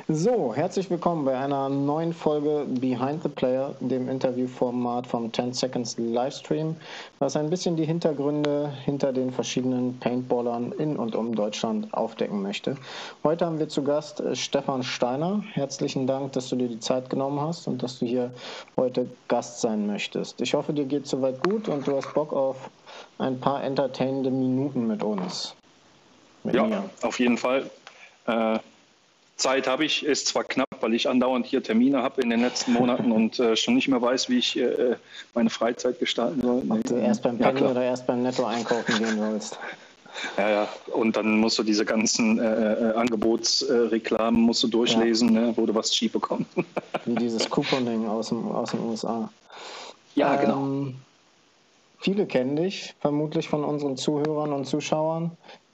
So, herzlich willkommen bei einer neuen Folge Behind the Player, dem Interviewformat vom 10 Seconds Livestream, was ein bisschen die Hintergründe hinter den verschiedenen Paintballern in und um Deutschland aufdecken möchte. Heute haben wir zu Gast Stefan Steiner. Herzlichen Dank, dass du dir die Zeit genommen hast und dass du hier heute Gast sein möchtest. Ich hoffe, dir geht soweit gut und du hast Bock auf ein paar entertainende Minuten mit uns. Mit mir. Auf jeden Fall. Zeit habe ich, ist zwar knapp, weil ich andauernd hier Termine habe in den letzten Monaten und schon nicht mehr weiß, wie ich meine Freizeit gestalten soll. Ob du erst beim Penny oder erst beim Netto einkaufen gehen willst. Ja, und dann musst du diese ganzen Angebotsreklamen musst du durchlesen, ne, wo du was cheap bekommst. Wie dieses Couponing aus den USA. Ja, genau. Viele kennen dich, vermutlich von unseren Zuhörern und Zuschauern.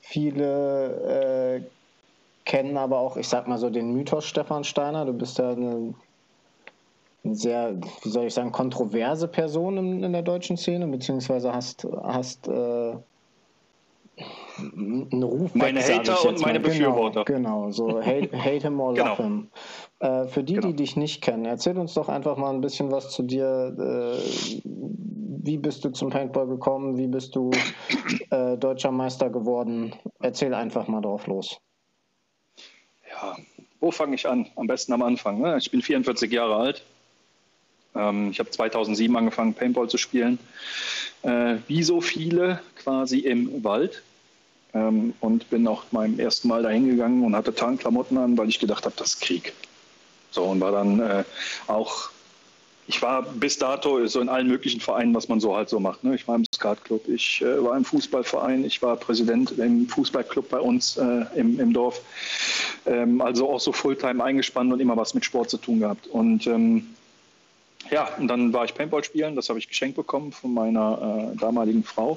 Viele kennen aber auch, ich sag mal so, den Mythos Stefan Steiner. Du bist ja eine sehr, wie soll ich sagen, kontroverse Person in der deutschen Szene, beziehungsweise hast einen Ruf. Meine Hater und meine Befürworter. Genau, so hate him or love him. Für die dich nicht kennen, erzähl uns doch einfach mal ein bisschen was zu dir. Wie bist du zum Paintball gekommen? Wie bist du deutscher Meister geworden? Erzähl einfach mal drauf los. Ja, wo fange ich an? Am besten am Anfang. Ne? Ich bin 44 Jahre alt. Ich habe 2007 angefangen, Paintball zu spielen. Wie so viele quasi im Wald. Und bin auch meinem ersten Mal dahin gegangen und hatte Tarnklamotten an, weil ich gedacht habe, das ist Krieg. So, und war dann ich war bis dato so in allen möglichen Vereinen, was man so halt so macht. Ne? Ich war im Skatclub, ich war im Fußballverein, ich war Präsident im Fußballclub bei uns im Dorf. Also auch so Fulltime eingespannt und immer was mit Sport zu tun gehabt. Und und dann war ich Paintball spielen, das habe ich geschenkt bekommen von meiner damaligen Frau.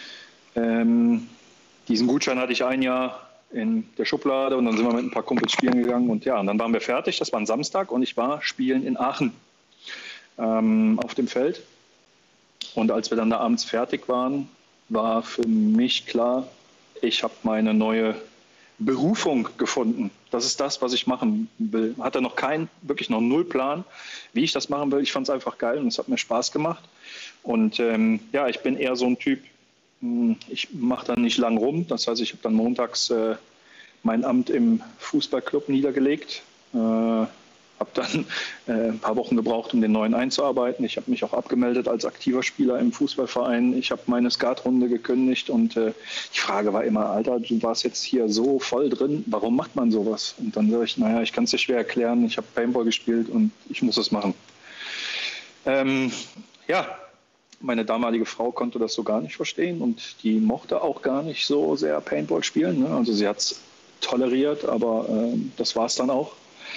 Diesen Gutschein hatte ich ein Jahr in der Schublade und dann sind wir mit ein paar Kumpels spielen gegangen und und dann waren wir fertig, das war ein Samstag und ich war spielen in Aachen auf dem Feld. Und als wir dann da abends fertig waren, war für mich klar, ich habe meine neue Berufung gefunden. Das ist das, was ich machen will. Hatte wirklich noch null Plan, wie ich das machen will. Ich fand es einfach geil und es hat mir Spaß gemacht. Und ich bin eher so ein Typ, ich mache dann nicht lang rum. Das heißt, ich habe dann montags mein Amt im Fußballclub niedergelegt. Habe dann ein paar Wochen gebraucht, um den neuen einzuarbeiten. Ich habe mich auch abgemeldet als aktiver Spieler im Fußballverein. Ich habe meine Skatrunde gekündigt und die Frage war immer, Alter, du warst jetzt hier so voll drin, warum macht man sowas? Und dann sage ich, naja, ich kann es dir schwer erklären, ich habe Paintball gespielt und ich muss es machen. Meine damalige Frau konnte das so gar nicht verstehen und die mochte auch gar nicht so sehr Paintball spielen. Ne? Also sie hat es toleriert, aber das war es dann auch.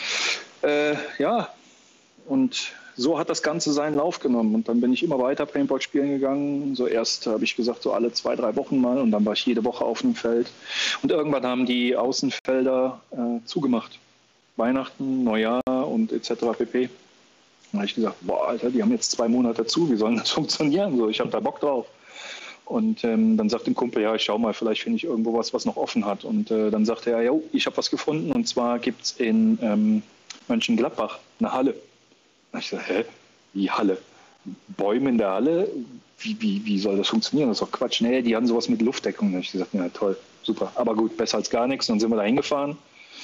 Und so hat das Ganze seinen Lauf genommen. Und dann bin ich immer weiter Paintball spielen gegangen. So erst habe ich gesagt, so alle 2-3 Wochen mal. Und dann war ich jede Woche auf einem Feld. Und irgendwann haben die Außenfelder zugemacht. Weihnachten, Neujahr und etc. pp. Dann habe ich gesagt, boah, Alter, die haben jetzt 2 Monate zu. Wie soll das funktionieren? So, ich habe da Bock drauf. Und dann sagt ein Kumpel, ja, ich schau mal, vielleicht finde ich irgendwo was noch offen hat. Und dann sagte er, jo, ich habe was gefunden. Und zwar gibt es in Mönchengladbach eine Halle. Und ich dachte, wie Halle? Bäume in der Halle? Wie soll das funktionieren? Das ist doch Quatsch. Nee, die haben sowas mit Luftdeckung. Und ich dachte, ja toll, super. Aber gut, besser als gar nichts. Und dann sind wir da hingefahren.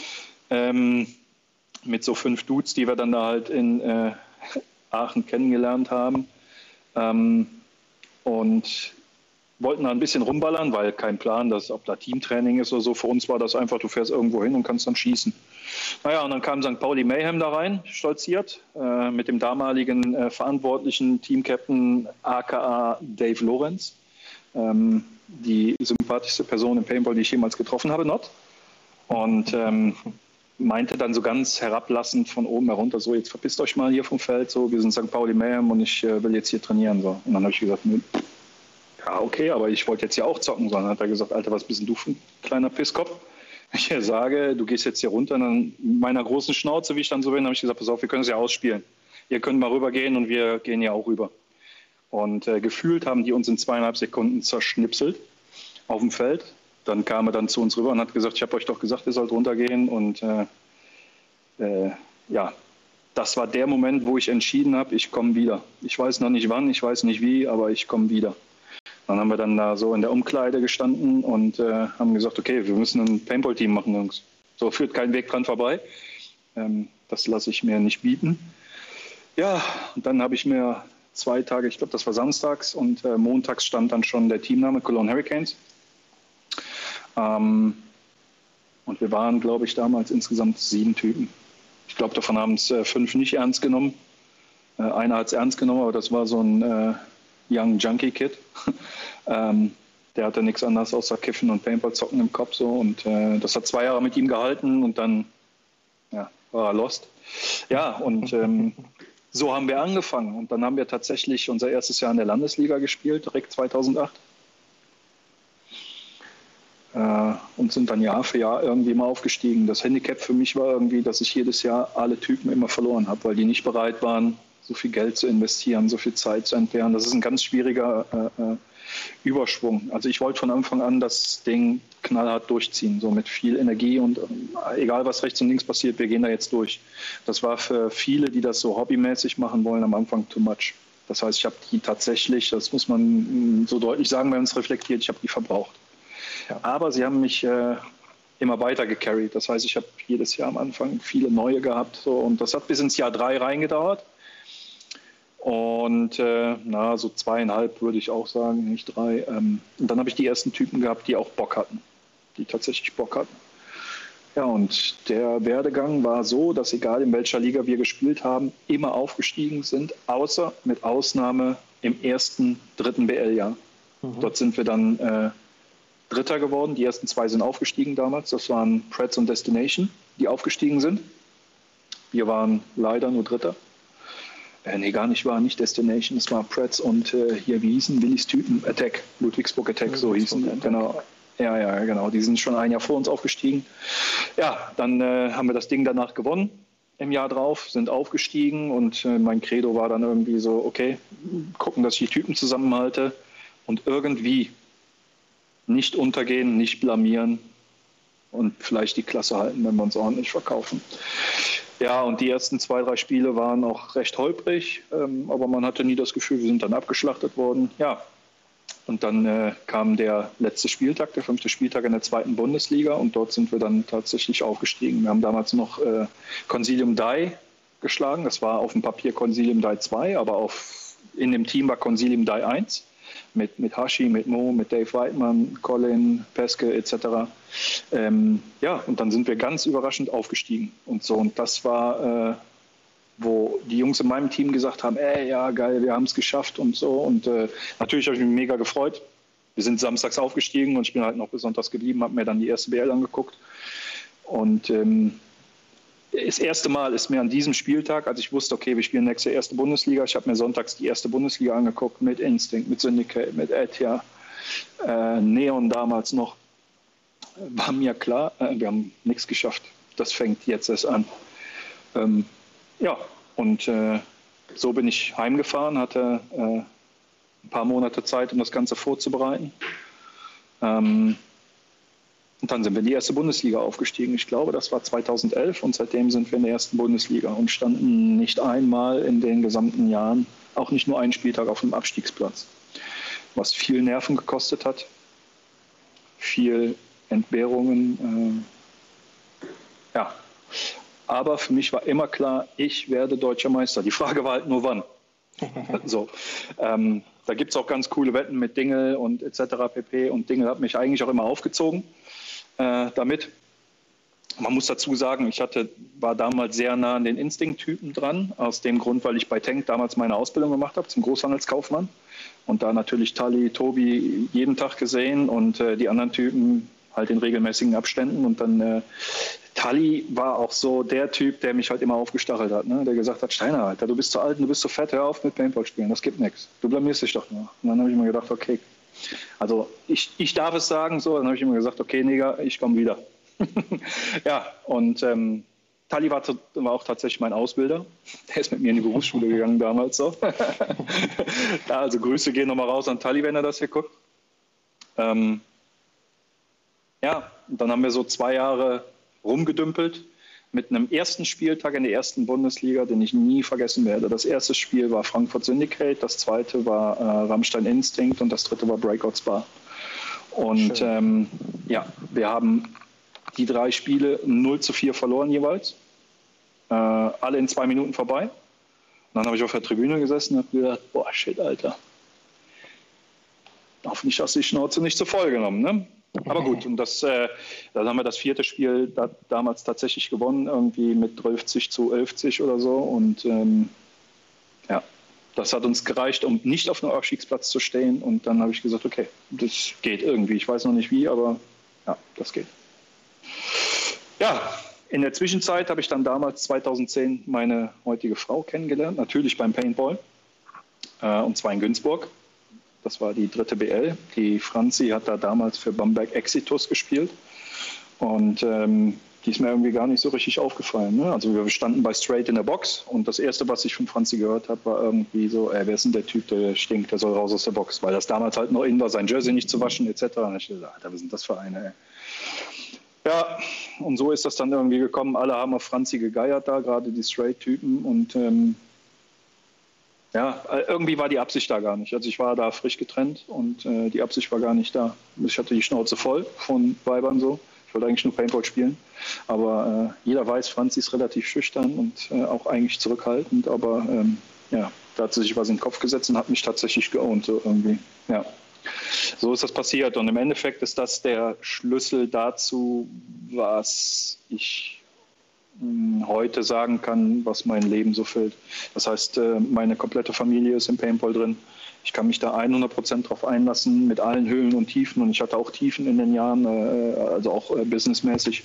Mit so 5 Dudes, die wir dann da halt in Aachen kennengelernt haben. Und wollten da ein bisschen rumballern, weil kein Plan, ob da Teamtraining ist oder so. Für uns war das einfach, du fährst irgendwo hin und kannst dann schießen. Naja, und dann kam St. Pauli Mayhem da rein, stolziert, mit dem damaligen verantwortlichen Teamcaptain aka Dave Lorenz. Die sympathischste Person im Paintball, die ich jemals getroffen habe, not. Und meinte dann so ganz herablassend von oben herunter, so jetzt verpisst euch mal hier vom Feld, so wir sind St. Pauli Mayhem und ich will jetzt hier trainieren. So. Und dann habe ich gesagt, ja, okay, aber ich wollte jetzt ja auch zocken. Dann hat er gesagt, Alter, was bist denn du für ein kleiner Pisskopf? Ich sage, du gehst jetzt hier runter. Und dann mit meiner großen Schnauze, wie ich dann so bin, habe ich gesagt, pass auf, wir können es ja ausspielen. Ihr könnt mal rübergehen und wir gehen ja auch rüber. Und gefühlt haben die uns in 2,5 Sekunden zerschnipselt auf dem Feld. Dann kam er dann zu uns rüber und hat gesagt, ich habe euch doch gesagt, ihr sollt runtergehen. Und ja, das war der Moment, wo ich entschieden habe, ich komme wieder. Ich weiß noch nicht wann, ich weiß nicht wie, aber ich komme wieder. Dann haben wir dann da so in der Umkleide gestanden und haben gesagt, okay, wir müssen ein Paintball-Team machen, Jungs. So führt kein Weg dran vorbei. Das lasse ich mir nicht bieten. Ja, und dann habe ich mir 2 Tage, ich glaube, das war samstags und montags stand dann schon der Teamname Cologne Hurricanes. Und wir waren, glaube ich, damals insgesamt 7 Typen. Ich glaube, davon haben es 5 nicht ernst genommen. Einer hat es ernst genommen, aber das war so ein Young Junkie Kid. Der hatte nichts anderes außer Kiffen und Paintball zocken im Kopf. So. Und das hat 2 Jahre mit ihm gehalten und dann ja, war er lost. Ja, und so haben wir angefangen. Und dann haben wir tatsächlich unser erstes Jahr in der Landesliga gespielt, direkt 2008. Und sind dann Jahr für Jahr irgendwie mal aufgestiegen. Das Handicap für mich war irgendwie, dass ich jedes Jahr alle Typen immer verloren habe, weil die nicht bereit waren, so viel Geld zu investieren, so viel Zeit zu entbehren. Das ist ein ganz schwieriger Überschwung. Also ich wollte von Anfang an das Ding knallhart durchziehen, so mit viel Energie und egal was rechts und links passiert, wir gehen da jetzt durch. Das war für viele, die das so hobbymäßig machen wollen, am Anfang too much. Das heißt, ich habe die tatsächlich, das muss man so deutlich sagen, wenn man es reflektiert, ich habe die verbraucht. Ja. Aber sie haben mich immer weiter gecarried. Das heißt, ich habe jedes Jahr am Anfang viele neue gehabt. So, und das hat bis ins Jahr 3 reingedauert. Und so 2,5 würde ich auch sagen, nicht 3. Und dann habe ich die ersten Typen gehabt, die auch Bock hatten. Die tatsächlich Bock hatten. Ja, und der Werdegang war so, dass egal in welcher Liga wir gespielt haben, immer aufgestiegen sind, außer mit Ausnahme im 3. BL-Jahr. Dort sind wir dann Dritter geworden. Die ersten 2 sind aufgestiegen damals. Das waren Preds und Destination, die aufgestiegen sind. Wir waren leider nur Dritter. Gar nicht, war nicht Destination. Es war Preds und hier, wie hießen Willis Typen? Attack, Ludwigsburg Attack, so hießen die. Genau. Ja, genau. Die sind schon ein Jahr vor uns aufgestiegen. Ja, dann haben wir das Ding danach gewonnen. Im Jahr drauf, sind aufgestiegen und mein Credo war dann irgendwie so, okay, gucken, dass ich die Typen zusammenhalte und irgendwie nicht untergehen, nicht blamieren und vielleicht die Klasse halten, wenn wir uns ordentlich verkaufen. Ja, und die ersten 2, 3 Spiele waren auch recht holprig, aber man hatte nie das Gefühl, wir sind dann abgeschlachtet worden. Ja, und dann kam der letzte Spieltag, der 5. Spieltag in der 2. Bundesliga und dort sind wir dann tatsächlich aufgestiegen. Wir haben damals noch Consilium Dai geschlagen, das war auf dem Papier Consilium Dai 2, aber in dem Team war Consilium Dai 1. Mit Hashi, mit Mo, mit Dave Weidmann, Colin, Peske etc. Ja, und dann sind wir ganz überraschend aufgestiegen und so. Und das war, wo die Jungs in meinem Team gesagt haben, ja geil, wir haben es geschafft und so. Und natürlich habe ich mich mega gefreut. Wir sind samstags aufgestiegen und ich bin halt noch bis sonntags geblieben, habe mir dann die erste BL angeguckt. Und das erste Mal ist mir an diesem Spieltag, als ich wusste, okay, wir spielen nächste erste Bundesliga, ich habe mir sonntags die erste Bundesliga angeguckt mit Instinct, mit Syndicate, mit Etia, Neon damals noch, war mir klar, wir haben nichts geschafft. Das fängt jetzt erst an. Ja, und so bin ich heimgefahren, hatte ein paar Monate Zeit, um das Ganze vorzubereiten. Und dann sind wir in die erste Bundesliga aufgestiegen. Ich glaube, das war 2011 und seitdem sind wir in der ersten Bundesliga und standen nicht einmal in den gesamten Jahren, auch nicht nur einen Spieltag auf dem Abstiegsplatz. Was viel Nerven gekostet hat, viel Entbehrungen. Ja, aber für mich war immer klar, ich werde deutscher Meister. Die Frage war halt nur, wann. So, da gibt es auch ganz coole Wetten mit Dingel und etc. pp. Und Dingel hat mich eigentlich auch immer aufgezogen damit. Man muss dazu sagen, ich war damals sehr nah an den Instinct-Typen dran, aus dem Grund, weil ich bei Tank damals meine Ausbildung gemacht habe zum Großhandelskaufmann und da natürlich Tali, Tobi jeden Tag gesehen und die anderen Typen halt in regelmäßigen Abständen und dann Tali war auch so der Typ, der mich halt immer aufgestachelt hat, ne? Der gesagt hat, Steiner, Alter, du bist zu alt und du bist zu fett, hör auf mit Paintball spielen, das gibt nichts, du blamierst dich doch nur. Und dann habe ich mir gedacht, okay, also ich darf es sagen, so, dann habe ich immer gesagt, okay, Neger, ich komme wieder. Ja, und Tali war auch tatsächlich mein Ausbilder. Der ist mit mir in die Berufsschule gegangen damals so. Ja, also Grüße gehen nochmal raus an Tali, wenn er das hier guckt. Ja, und dann haben wir so 2 Jahre rumgedümpelt. mit einem ersten Spieltag in der ersten Bundesliga, den ich nie vergessen werde. Das erste Spiel war Frankfurt Syndicate, das zweite war Rammstein Instinct und das dritte war Breakout Spa. Und wir haben die 3 Spiele 0-4 verloren jeweils. Alle in 2 Minuten vorbei. Und dann habe ich auf der Tribüne gesessen und habe gedacht, boah, shit, Alter. Hoffentlich hast du die Schnauze nicht zu voll genommen, ne? Aber gut, und dann haben wir das 4. Spiel damals tatsächlich gewonnen, irgendwie mit 12-11 oder so. Und das hat uns gereicht, um nicht auf einem Abstiegsplatz zu stehen. Und dann habe ich gesagt, okay, das geht irgendwie. Ich weiß noch nicht wie, aber ja, das geht. Ja, in der Zwischenzeit habe ich dann damals 2010 meine heutige Frau kennengelernt, natürlich beim Paintball, und zwar in Günzburg. Das war die 3. BL. Die Franzi hat da damals für Bamberg Exitus gespielt. Und die ist mir irgendwie gar nicht so richtig aufgefallen. Ne? Also wir standen bei Straight in der Box und das Erste, was ich von Franzi gehört habe, war irgendwie so, wer ist denn der Typ, der stinkt, der soll raus aus der Box. Weil das damals halt noch in war, sein Jersey nicht zu waschen etc. Und ich dachte, Alter, was sind das für eine, ey? Ja, und so ist das dann irgendwie gekommen. Alle haben auf Franzi gegeiert da, gerade die Straight-Typen. Und irgendwie war die Absicht da gar nicht. Also ich war da frisch getrennt und die Absicht war gar nicht da. Ich hatte die Schnauze voll von Weibern so. Ich wollte eigentlich nur Paintball spielen. Aber jeder weiß, Franzi ist relativ schüchtern und auch eigentlich zurückhaltend. Aber da hat sie sich was in den Kopf gesetzt und hat mich tatsächlich geowned, so irgendwie. Ja. So ist das passiert. Und im Endeffekt ist das der Schlüssel dazu, was ich heute sagen kann, was mein Leben so füllt. Das heißt, meine komplette Familie ist im Paintball drin. Ich kann mich da 100% drauf einlassen, mit allen Höhen und Tiefen. Und ich hatte auch Tiefen in den Jahren, also auch businessmäßig.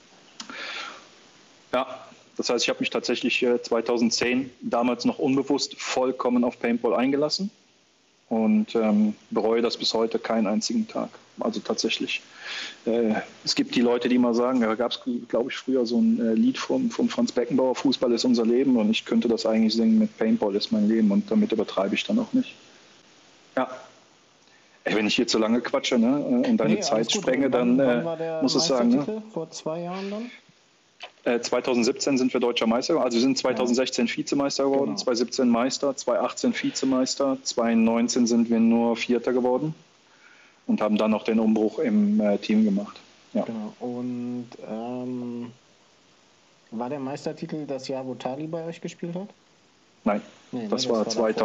Ja, das heißt, ich habe mich tatsächlich 2010, damals noch unbewusst, vollkommen auf Paintball eingelassen. Und bereue das bis heute keinen einzigen Tag. Also tatsächlich. Es gibt die Leute, die mal sagen, da gab es, glaube ich, früher so ein Lied vom Franz Beckenbauer, Fußball ist unser Leben, und ich könnte das eigentlich singen mit Paintball ist mein Leben, und damit übertreibe ich dann auch nicht. Ja. Wenn ich hier zu lange quatsche, ne, und deine Zeit sprenge, dann muss ich sagen. Ne? Vor 2 Jahren dann? 2017 sind wir Deutscher Meister, also wir sind 2016 Vizemeister geworden, 2017 Meister, 2018 Vizemeister, 2019 sind wir nur Vierter geworden und haben dann noch den Umbruch im Team gemacht. Ja. Genau. Und war der Meistertitel das Jahr, wo Tali bei euch gespielt hat? Nein, das war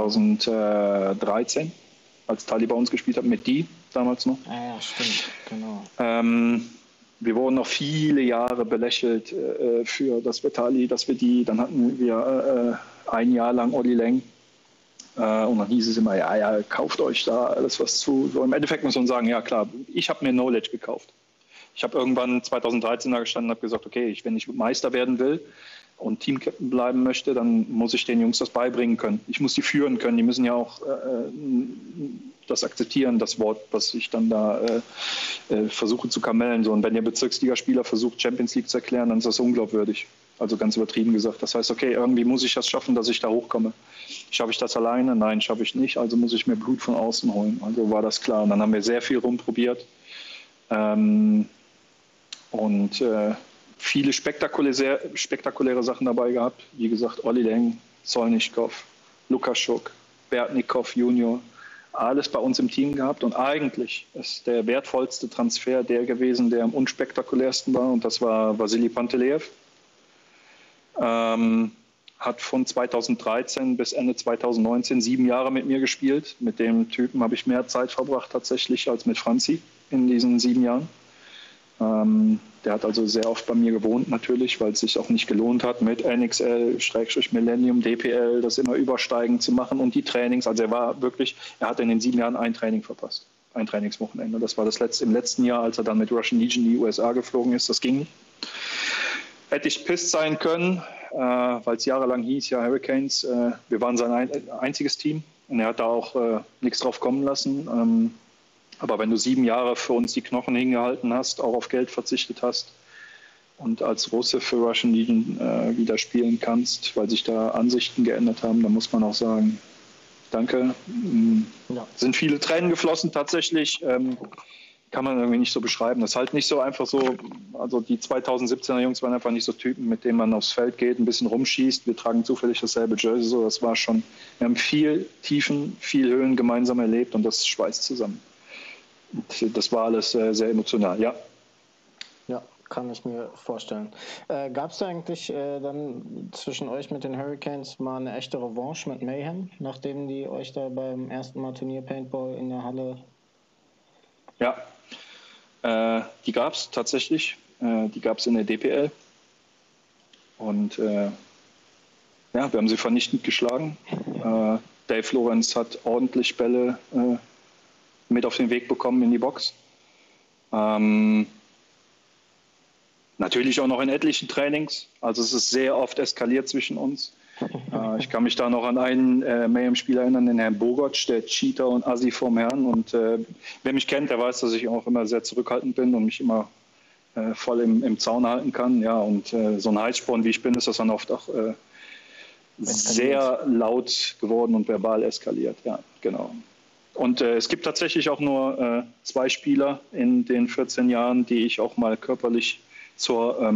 2013, als Tali bei uns gespielt hat, mit die damals noch. Ah ja, stimmt, genau. Wir wurden noch viele Jahre belächelt für das Vitali, dass wir die, dann hatten wir ein Jahr lang Olli Leng und dann hieß es immer, ja, kauft euch da alles was zu. So, im Endeffekt muss man sagen, ja klar, ich habe mir Knowledge gekauft. Ich habe irgendwann 2013 da gestanden und habe gesagt, okay, wenn ich Meister werden will und Teamcaptain bleiben möchte, dann muss ich den Jungs das beibringen können. Ich muss die führen können, die müssen ja auch das akzeptieren, das Wort, was ich dann da versuche zu kamellen. So. Und wenn der Bezirksligaspieler versucht, Champions League zu erklären, dann ist das unglaubwürdig. Also ganz übertrieben gesagt. Das heißt, okay, irgendwie muss ich das schaffen, dass ich da hochkomme. Schaffe ich das alleine? Nein, schaffe ich nicht. Also muss ich mir Blut von außen holen. Also war das klar. Und dann haben wir sehr viel rumprobiert. Viele spektakuläre Sachen dabei gehabt. Wie gesagt, Olli Leng, Solnichkov, Lukaschuk, Bertnikow Junior. Alles bei uns im Team gehabt, und eigentlich ist der wertvollste Transfer der gewesen, der am unspektakulärsten war, und das war Wassili Pantelejew. Hat von 2013 bis Ende 2019 7 Jahre mit mir gespielt. Mit dem Typen habe ich mehr Zeit verbracht tatsächlich als mit Franzi in diesen 7 Jahren. Der hat also sehr oft bei mir gewohnt natürlich, weil es sich auch nicht gelohnt hat, mit NXL, Millennium, DPL, das immer übersteigend zu machen, und die Trainings. Also er hat in den 7 Jahren ein Training verpasst, ein Trainingswochenende. Das war das im letzten Jahr, als er dann mit Russian Legion in die USA geflogen ist. Das ging nicht. Hätte ich pisst sein können, weil es jahrelang hieß, ja, Hurricanes, wir waren sein einziges Team, und er hat da auch nichts drauf kommen lassen. Aber wenn du 7 Jahre für uns die Knochen hingehalten hast, auch auf Geld verzichtet hast und als Russe für Russian Legion wieder spielen kannst, weil sich da Ansichten geändert haben, dann muss man auch sagen, danke. Ja. Sind viele Tränen geflossen tatsächlich. kann man irgendwie nicht so beschreiben. Das ist halt nicht so einfach so, also die 2017er Jungs waren einfach nicht so Typen, mit denen man aufs Feld geht, ein bisschen rumschießt. Wir tragen zufällig dasselbe Jersey, so, das war schon, wir haben viel Tiefen, viel Höhen gemeinsam erlebt und das schweißt zusammen. Und das war alles sehr emotional, ja. Ja, kann ich mir vorstellen. Gab es da eigentlich dann zwischen euch mit den Hurricanes mal eine echte Revanche mit Mayhem, nachdem die euch da beim ersten Mal Turnier Paintball in der Halle... Ja, die gab es tatsächlich. Die gab es in der DPL. Und ja, wir haben sie vernichtend geschlagen. Dave Lorenz hat ordentlich Bälle mit auf den Weg bekommen in die Box. Natürlich auch noch in etlichen Trainings. Also es ist sehr oft eskaliert zwischen uns. Ich kann mich da noch an einen Mayhem-Spieler erinnern, den Herrn Bogotsch, der Cheater und Assi vom Herrn. Und wer mich kennt, der weiß, dass ich auch immer sehr zurückhaltend bin und mich immer voll im Zaun halten kann. Ja, und so ein Heißsporn, wie ich bin, ist das dann oft auch sehr laut geworden und verbal eskaliert. Ja, genau. Und es gibt tatsächlich auch nur 2 Spieler in den 14 Jahren, die ich auch mal körperlich zur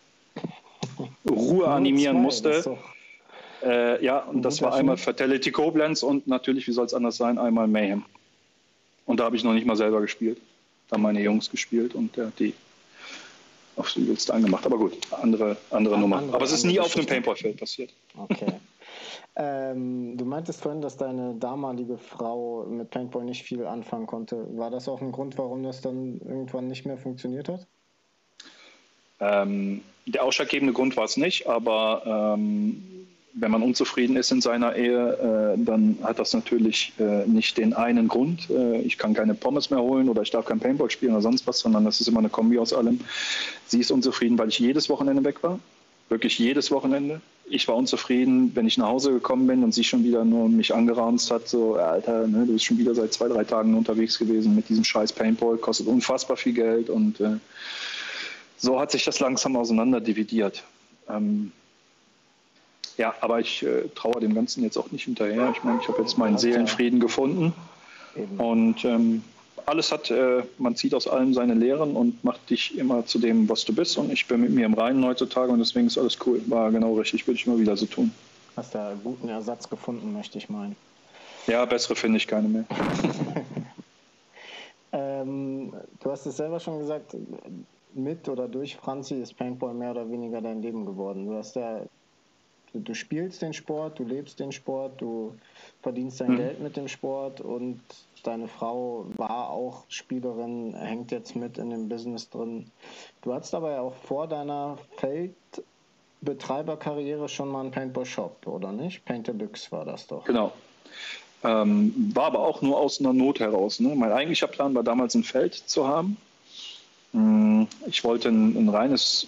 Ruhe animieren musste. Ja, und das war einmal Fatality Koblenz und natürlich, wie soll es anders sein, einmal Mayhem. Und da habe ich noch nicht mal selber gespielt. Da haben meine Jungs gespielt und der hat die aufs Übelste angemacht. Aber gut, andere Nummer. Aber es ist nie auf einem Paintball-Feld passiert. Okay. Du meintest vorhin, dass deine damalige Frau mit Paintball nicht viel anfangen konnte. War das auch ein Grund, warum das dann irgendwann nicht mehr funktioniert hat? Der ausschlaggebende Grund war es nicht, aber wenn man unzufrieden ist in seiner Ehe, dann hat das natürlich nicht den einen Grund. Ich kann keine Pommes mehr holen oder ich darf kein Paintball spielen oder sonst was, sondern das ist immer eine Kombi aus allem. Sie ist unzufrieden, weil ich jedes Wochenende weg war. Wirklich jedes Wochenende. Ich war unzufrieden, wenn ich nach Hause gekommen bin und sie schon wieder nur mich angeraunzt hat, so, Alter, ne, du bist schon wieder seit 2-3 Tagen unterwegs gewesen mit diesem scheiß Paintball, kostet unfassbar viel Geld und so hat sich das langsam auseinanderdividiert. Ja, aber ich traue dem Ganzen jetzt auch nicht hinterher. Ich meine, ich habe jetzt meinen Seelenfrieden gefunden. Und alles hat, man zieht aus allem seine Lehren und macht dich immer zu dem, was du bist. Und ich bin mit mir im Reinen heutzutage und deswegen ist alles cool. War genau richtig, würde ich immer wieder so tun. Hast da guten Ersatz gefunden, möchte ich meinen. Ja, bessere finde ich keine mehr. Du hast es selber schon gesagt, mit oder durch Franzi ist Paintball mehr oder weniger dein Leben geworden. Du spielst den Sport, du lebst den Sport, du verdienst dein Geld mit dem Sport und deine Frau war auch Spielerin, hängt jetzt mit in dem Business drin. Du hattest aber ja auch vor deiner Feldbetreiberkarriere schon mal einen Paintball-Shop, oder nicht? Paint Deluxe war das doch. Genau. War aber auch nur aus einer Not heraus. Ne? Mein eigentlicher Plan war damals ein Feld zu haben. Ich wollte ein reines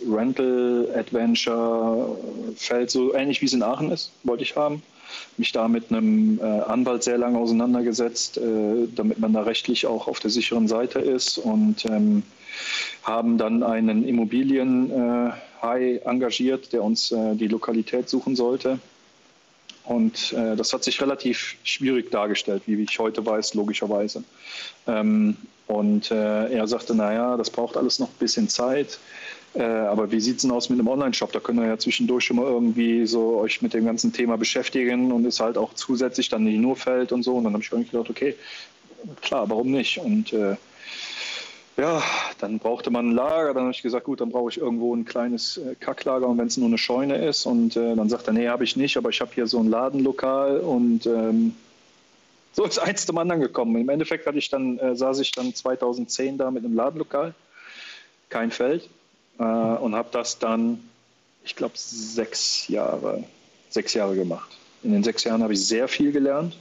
Rental-Adventure-Feld, so ähnlich wie es in Aachen ist, wollte ich haben. Mich da mit einem Anwalt sehr lange auseinandergesetzt, damit man da rechtlich auch auf der sicheren Seite ist und haben dann einen Immobilien-Hai engagiert, der uns die Lokalität suchen sollte. Und das hat sich relativ schwierig dargestellt, wie ich heute weiß, logischerweise. Und er sagte, naja, das braucht alles noch ein bisschen Zeit. Aber wie sieht es denn aus mit einem Online-Shop? Da könnt ihr ja zwischendurch schon mal irgendwie so euch mit dem ganzen Thema beschäftigen und ist halt auch zusätzlich dann nicht nur Feld und so. Und dann habe ich irgendwie gedacht, okay, klar, warum nicht? Und ja, dann brauchte man ein Lager. Dann habe ich gesagt, gut, dann brauche ich irgendwo ein kleines Kacklager und wenn es nur eine Scheune ist. Und dann sagt er, nee, habe ich nicht, aber ich habe hier so ein Ladenlokal und so ist eins zum anderen gekommen. Im Endeffekt saß ich dann 2010 da mit einem Ladenlokal, kein Feld, und habe das dann, ich glaube, 6 Jahre gemacht. In den 6 Jahren habe ich sehr viel gelernt.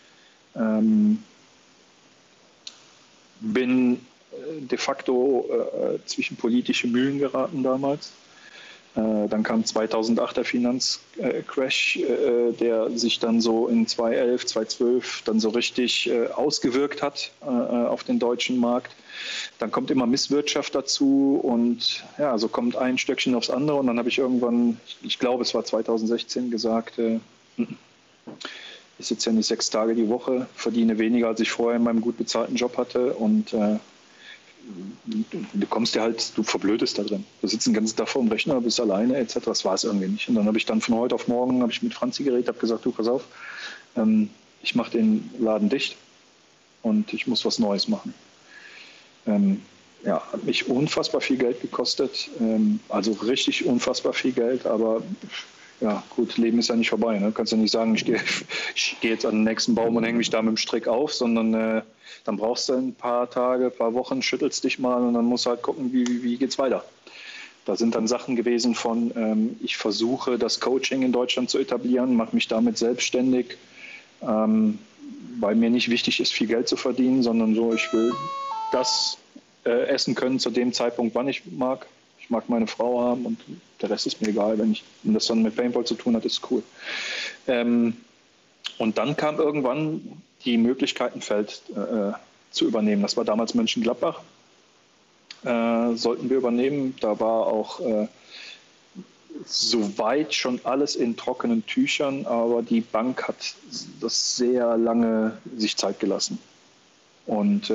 Bin de facto zwischen politische Mühlen geraten damals. Dann kam 2008 der Finanzcrash, der sich dann so in 2011, 2012 dann so richtig ausgewirkt hat auf den deutschen Markt. Dann kommt immer Misswirtschaft dazu und ja, so kommt ein Stöckchen aufs andere und dann habe ich irgendwann, ich glaube es war 2016, gesagt, ich sitze ja nicht 6 Tage die Woche, verdiene weniger als ich vorher in meinem gut bezahlten Job hatte und du kommst ja halt, du verblödest da drin. Du sitzt den ganzen Tag vor dem Rechner, bist alleine etc. Das war es irgendwie nicht. Und dann habe ich dann von heute auf morgen mit Franzi geredet, habe gesagt, du pass auf, ich mache den Laden dicht und ich muss was Neues machen. Hat mich unfassbar viel Geld gekostet, also richtig unfassbar viel Geld, aber ja gut, Leben ist ja nicht vorbei. Ne? Du kannst ja nicht sagen, ich gehe jetzt an den nächsten Baum und hänge mich da mit dem Strick auf, sondern dann brauchst du ein paar Tage, ein paar Wochen, schüttelst dich mal und dann musst du halt gucken, wie geht's weiter. Da sind dann Sachen gewesen von, ich versuche das Coaching in Deutschland zu etablieren, mache mich damit selbstständig, weil mir nicht wichtig ist, viel Geld zu verdienen, sondern so, ich will das essen können zu dem Zeitpunkt, wann ich mag. Ich mag meine Frau haben und der Rest ist mir egal. Wenn das dann mit Paintball zu tun hat, ist cool. Und dann kam irgendwann die Möglichkeit, ein Feld zu übernehmen. Das war damals Mönchengladbach. Sollten wir übernehmen. Da war auch soweit schon alles in trockenen Tüchern, aber die Bank hat das sehr lange sich Zeit gelassen. Und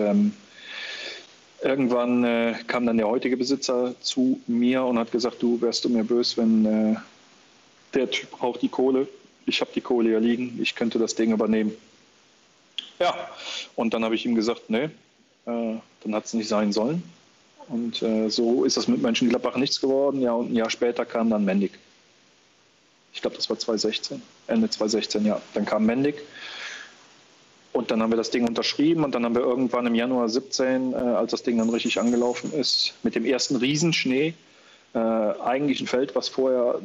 irgendwann kam dann der heutige Besitzer zu mir und hat gesagt, du wärst du mir böse, wenn der Typ braucht die Kohle. Ich habe die Kohle ja liegen, ich könnte das Ding übernehmen. Ja, und dann habe ich ihm gesagt, nee, dann hat es nicht sein sollen. Und so ist das mit Mönchengladbach nichts geworden. Ja, und ein Jahr später kam dann Mendig. Ich glaube, das war 2016, Ende 2016, ja. Dann kam Mendig. Und dann haben wir das Ding unterschrieben und dann haben wir irgendwann im Januar 2017, als das Ding dann richtig angelaufen ist, mit dem ersten Riesenschnee, eigentlich ein Feld, was vorher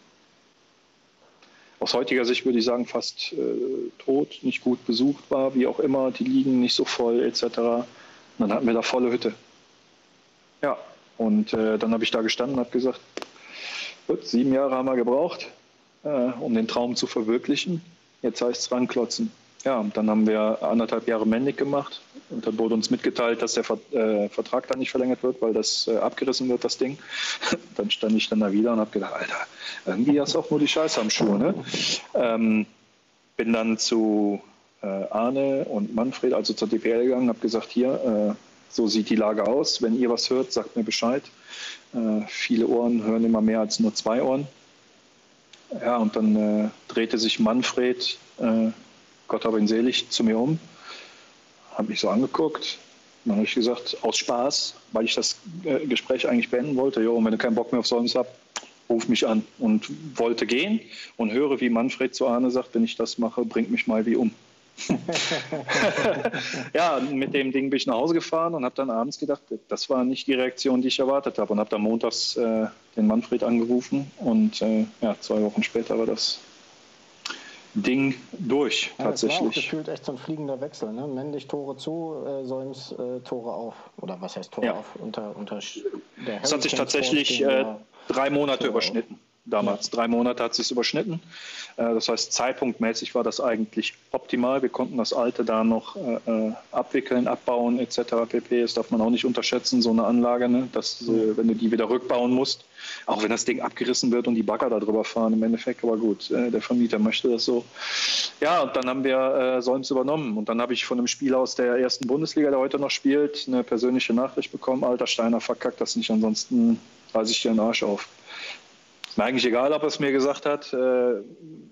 aus heutiger Sicht, würde ich sagen, fast tot, nicht gut besucht war, wie auch immer, die liegen nicht so voll etc. Und dann hatten wir da volle Hütte. Ja, und dann habe ich da gestanden und habe gesagt, gut, 7 Jahre haben wir gebraucht, um den Traum zu verwirklichen. Jetzt heißt es ranklotzen. Ja, und dann haben wir 1,5 Jahre Mendig gemacht und dann wurde uns mitgeteilt, dass der Vertrag dann nicht verlängert wird, weil das abgerissen wird, das Ding. Dann stand ich dann da wieder und habe gedacht, Alter, irgendwie hast du auch nur die Scheiße am Schuh. Ne? Bin dann zu Arne und Manfred, also zur DPL gegangen, habe gesagt, hier, so sieht die Lage aus. Wenn ihr was hört, sagt mir Bescheid. Viele Ohren hören immer mehr als nur 2 Ohren. Ja, und dann drehte sich Manfred, Gott habe ihn selig, zu mir um, habe mich so angeguckt. Dann habe ich gesagt, aus Spaß, weil ich das Gespräch eigentlich beenden wollte, jo, und wenn du keinen Bock mehr auf Solms hast, ruf mich an. Und wollte gehen und höre, wie Manfred zu Arne sagt, wenn ich das mache, bringt mich mal wie um. Ja, mit dem Ding bin ich nach Hause gefahren und habe dann abends gedacht, das war nicht die Reaktion, die ich erwartet habe. Und habe dann montags den Manfred angerufen und 2 Wochen später war das Ding durch, tatsächlich. Das war auch gefühlt echt so ein fliegender Wechsel, ne? Mendig Tore zu, Solms Tore auf. Oder was heißt Tore auf? Unter der Es hat sich tatsächlich 3 Monate überschnitten. Damals. Ja. 3 Monate hat es sich überschnitten. Das heißt, zeitpunktmäßig war das eigentlich optimal. Wir konnten das Alte da noch abwickeln, abbauen etc. pp. Das darf man auch nicht unterschätzen, so eine Anlage, ne? Dass, wenn du die wieder rückbauen musst, auch wenn das Ding abgerissen wird und die Bagger da drüber fahren im Endeffekt. Aber gut, der Vermieter möchte das so. Ja, und dann haben wir Solms übernommen. Und dann habe ich von einem Spieler aus der 1. Bundesliga, der heute noch spielt, eine persönliche Nachricht bekommen. Alter Steiner, verkackt das nicht, ansonsten reiße ich dir den Arsch auf. Ist mir eigentlich egal, ob er es mir gesagt hat, weil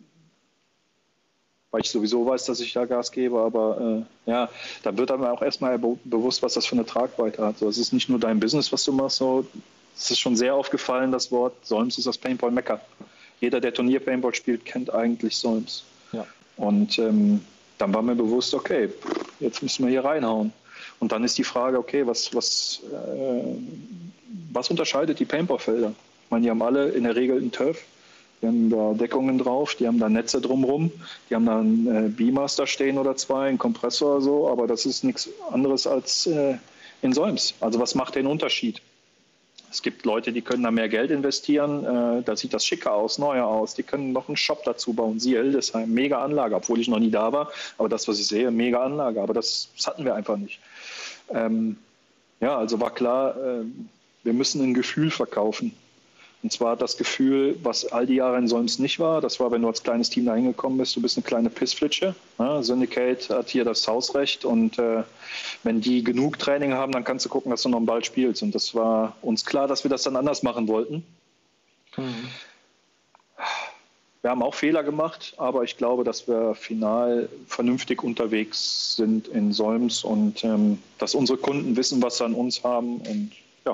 ich sowieso weiß, dass ich da Gas gebe, aber da wird einem auch erstmal bewusst, was das für eine Tragweite hat. So, es ist nicht nur dein Business, was du machst, so, es ist schon sehr aufgefallen, das Wort Solms ist das Paintball-Mekka. Jeder, der Turnier-Paintball spielt, kennt eigentlich Solms. Ja. Und dann war mir bewusst, okay, jetzt müssen wir hier reinhauen. Und dann ist die Frage, okay, was unterscheidet die Paintball-Felder? Ich meine, die haben alle in der Regel einen Turf, die haben da Deckungen drauf, die haben da Netze drumherum, die haben da einen Beamaster stehen oder 2, einen Kompressor oder so, aber das ist nichts anderes als in Solms. Also was macht den Unterschied? Es gibt Leute, die können da mehr Geld investieren, da sieht das schicker aus, neuer aus, die können noch einen Shop dazu bauen, siehe Hildesheim, mega Anlage, obwohl ich noch nie da war, aber das, was ich sehe, mega Anlage, aber das hatten wir einfach nicht. Also war klar, wir müssen ein Gefühl verkaufen. Und zwar das Gefühl, was all die Jahre in Solms nicht war, das war, wenn du als kleines Team da hingekommen bist, du bist eine kleine Pissflitsche. Ja, Syndicate hat hier das Hausrecht und wenn die genug Training haben, dann kannst du gucken, dass du noch einen Ball spielst. Und das war uns klar, dass wir das dann anders machen wollten. Wir haben auch Fehler gemacht, aber ich glaube, dass wir final vernünftig unterwegs sind in Solms und dass unsere Kunden wissen, was sie an uns haben. Und ja,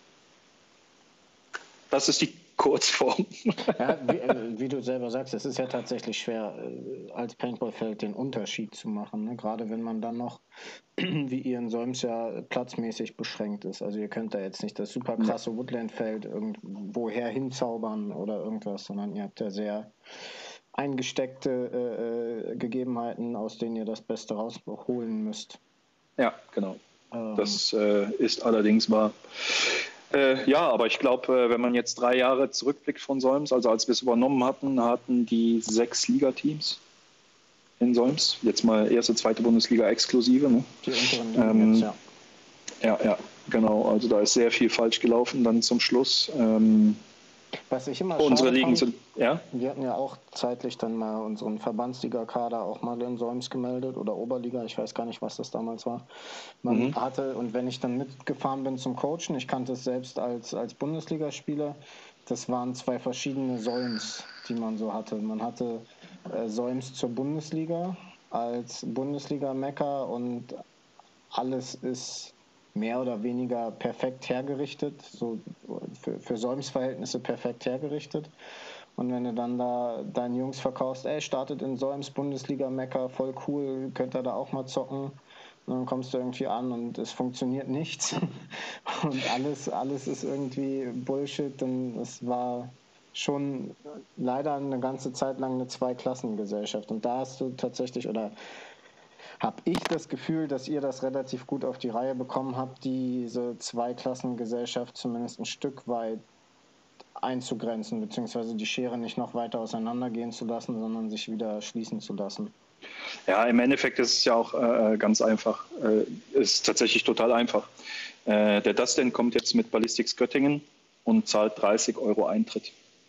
das ist die Kurzform. Ja, wie du selber sagst, es ist ja tatsächlich schwer, als Paintballfeld den Unterschied zu machen. Ne? Gerade wenn man dann noch, wie ihr in Solms ja platzmäßig beschränkt ist. Also ihr könnt da jetzt nicht das super krasse Woodland-Feld irgendwoher hinzaubern oder irgendwas, sondern ihr habt ja sehr eingesteckte Gegebenheiten, aus denen ihr das Beste rausholen müsst. Ja, genau. Das ist allerdings wahr. Ja, aber ich glaube, wenn man jetzt 3 Jahre zurückblickt von Solms, also als wir es übernommen hatten die 6 Ligateams in Solms. Jetzt mal erste, zweite Bundesliga exklusive. Ne? Die unteren jetzt, ja. Ja, genau. Also da ist sehr viel falsch gelaufen dann zum Schluss. Was ich immer unsere schade Ligen fand, sind, ja? wir hatten ja auch zeitlich dann mal unseren Verbandsliga-Kader auch mal in Solms gemeldet oder Oberliga, ich weiß gar nicht, was das damals war. Man hatte, und wenn ich dann mitgefahren bin zum Coachen, ich kannte es selbst als Bundesligaspieler, das waren 2 verschiedene Solms, die man so hatte. Man hatte Solms zur Bundesliga als Bundesliga-Mecker und alles ist mehr oder weniger perfekt hergerichtet, so für Solms Verhältnisse perfekt hergerichtet. Und wenn du dann da deinen Jungs verkaufst, startet in Solms Bundesliga-Mecker, voll cool, könnt ihr da auch mal zocken. Und dann kommst du irgendwie an und es funktioniert nichts. Und alles ist irgendwie Bullshit. Und es war schon leider eine ganze Zeit lang eine Zweiklassengesellschaft. Und da hast du tatsächlich, oder habe ich das Gefühl, dass ihr das relativ gut auf die Reihe bekommen habt, diese Zweiklassengesellschaft zumindest ein Stück weit einzugrenzen, beziehungsweise die Schere nicht noch weiter auseinandergehen zu lassen, sondern sich wieder schließen zu lassen. Ja, im Endeffekt ist es ja auch ganz einfach. Ist tatsächlich total einfach. Der Dustin kommt jetzt mit Ballistics Göttingen und zahlt 30 € Eintritt.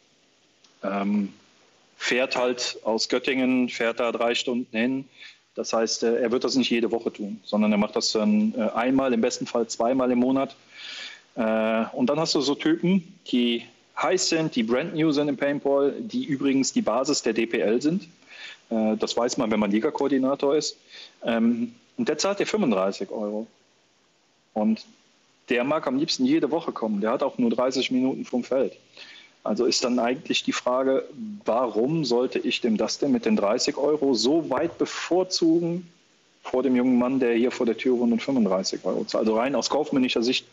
Fährt halt aus Göttingen, fährt da 3 Stunden hin. Das heißt, er wird das nicht jede Woche tun, sondern er macht das dann einmal, im besten Fall 2-mal im Monat. Und dann hast du so Typen, die heiß sind, die brand new sind im Paintball, die übrigens die Basis der DPL sind. Das weiß man, wenn man Liga-Koordinator ist. Und der zahlt dir 35 €. Und der mag am liebsten jede Woche kommen. Der hat auch nur 30 Minuten vom Feld. Also ist dann eigentlich die Frage, warum sollte ich dem Dustin mit den 30 € so weit bevorzugen vor dem jungen Mann, der hier vor der Tür wohnt und 35 € zahlt? Also rein aus kaufmännischer Sicht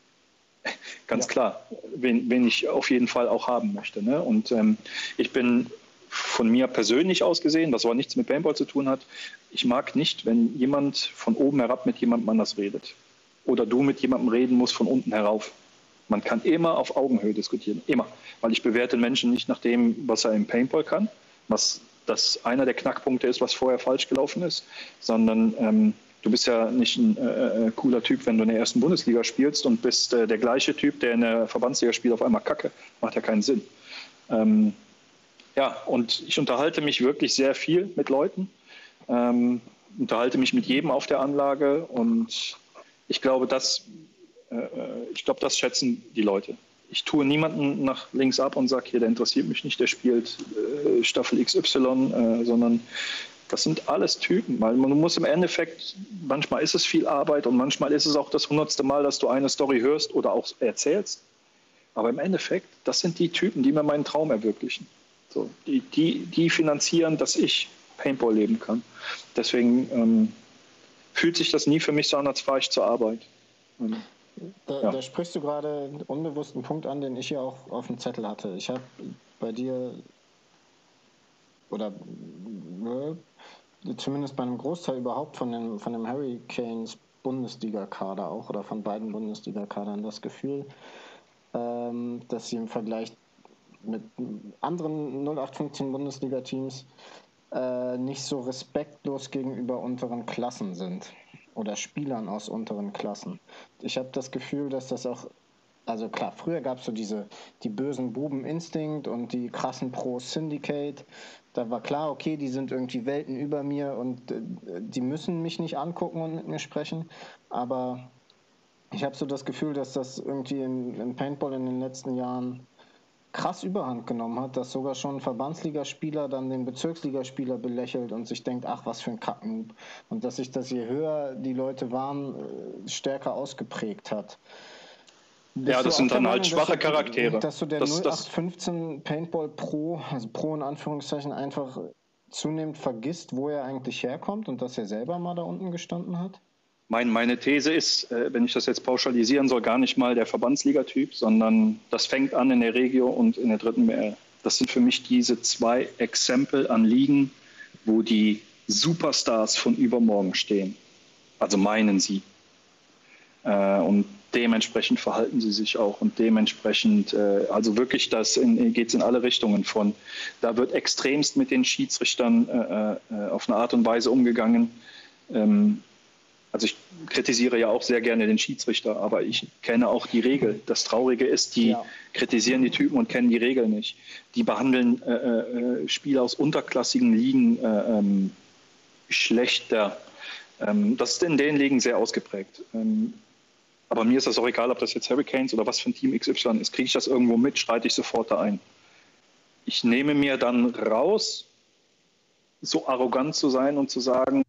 ganz klar, wen ich auf jeden Fall auch haben möchte. Ne? Und ich bin von mir persönlich aus gesehen, was aber nichts mit Paintball zu tun hat, ich mag nicht, wenn jemand von oben herab mit jemandem anders redet. Oder du mit jemandem reden musst von unten herauf. Man kann immer auf Augenhöhe diskutieren, immer. Weil ich bewerte Menschen nicht nach dem, was er im Paintball kann, was das einer der Knackpunkte ist, was vorher falsch gelaufen ist, sondern du bist ja nicht ein cooler Typ, wenn du in der ersten Bundesliga spielst und bist der gleiche Typ, der in der Verbandsliga spielt, auf einmal Kacke. Macht ja keinen Sinn. Ja, und ich unterhalte mich wirklich sehr viel mit Leuten, unterhalte mich mit jedem auf der Anlage und ich glaube, das schätzen die Leute. Ich tue niemanden nach links ab und sage, hier, der interessiert mich nicht, der spielt Staffel XY, sondern das sind alles Typen, weil man muss im Endeffekt, manchmal ist es viel Arbeit und manchmal ist es auch das 100. Mal, dass du eine Story hörst oder auch erzählst. Aber im Endeffekt, das sind die Typen, die mir meinen Traum ermöglichen. So, die finanzieren, dass ich Paintball leben kann. Deswegen fühlt sich das nie für mich so an, als fahre ich zur Arbeit. Da sprichst du gerade einen unbewussten Punkt an, den ich hier auch auf dem Zettel hatte. Ich habe bei dir, oder zumindest bei einem Großteil überhaupt von dem Hurricanes Bundesliga-Kader auch, oder von beiden Bundesliga-Kadern, das Gefühl, dass sie im Vergleich mit anderen 0815 Bundesliga-Teams nicht so respektlos gegenüber unteren Klassen sind oder Spielern aus unteren Klassen. Ich habe das Gefühl, dass das auch Also klar, früher gab es so die bösen Buben Instinct und die krassen Pros Syndicate. Da war klar, okay, die sind irgendwie Welten über mir und die müssen mich nicht angucken und mit mir sprechen. Aber ich habe so das Gefühl, dass das irgendwie im Paintball in den letzten Jahren krass Überhand genommen hat, dass sogar schon ein Verbandsligaspieler dann den Bezirksligaspieler belächelt und sich denkt, ach, was für ein Kacknoob. Und dass sich das, je höher die Leute waren, stärker ausgeprägt hat. Ja, das sind dann halt schwache Charaktere. Dass du der 0815 Paintball Pro, also Pro in Anführungszeichen, einfach zunehmend vergisst, wo er eigentlich herkommt und dass er selber mal da unten gestanden hat? Meine These ist, wenn ich das jetzt pauschalisieren soll, gar nicht mal der Verbandsligatyp, sondern das fängt an in der Regio und in der dritten WL. Das sind für mich diese zwei Exempel an Ligen, wo die Superstars von übermorgen stehen. Also meinen sie. Und dementsprechend verhalten sie sich auch und dementsprechend, also wirklich, geht es in alle Richtungen von. Da wird extremst mit den Schiedsrichtern auf eine Art und Weise umgegangen. Also ich kritisiere ja auch sehr gerne den Schiedsrichter, aber ich kenne auch die Regel. Das Traurige ist, die kritisieren die Typen und kennen die Regel nicht. Die behandeln Spieler aus unterklassigen Ligen schlechter. Das ist in den Ligen sehr ausgeprägt. Aber mir ist das auch egal, ob das jetzt Hurricanes oder was für ein Team XY ist. Kriege ich das irgendwo mit, schreite ich sofort da ein. Ich nehme mir dann raus, so arrogant zu sein und zu sagen,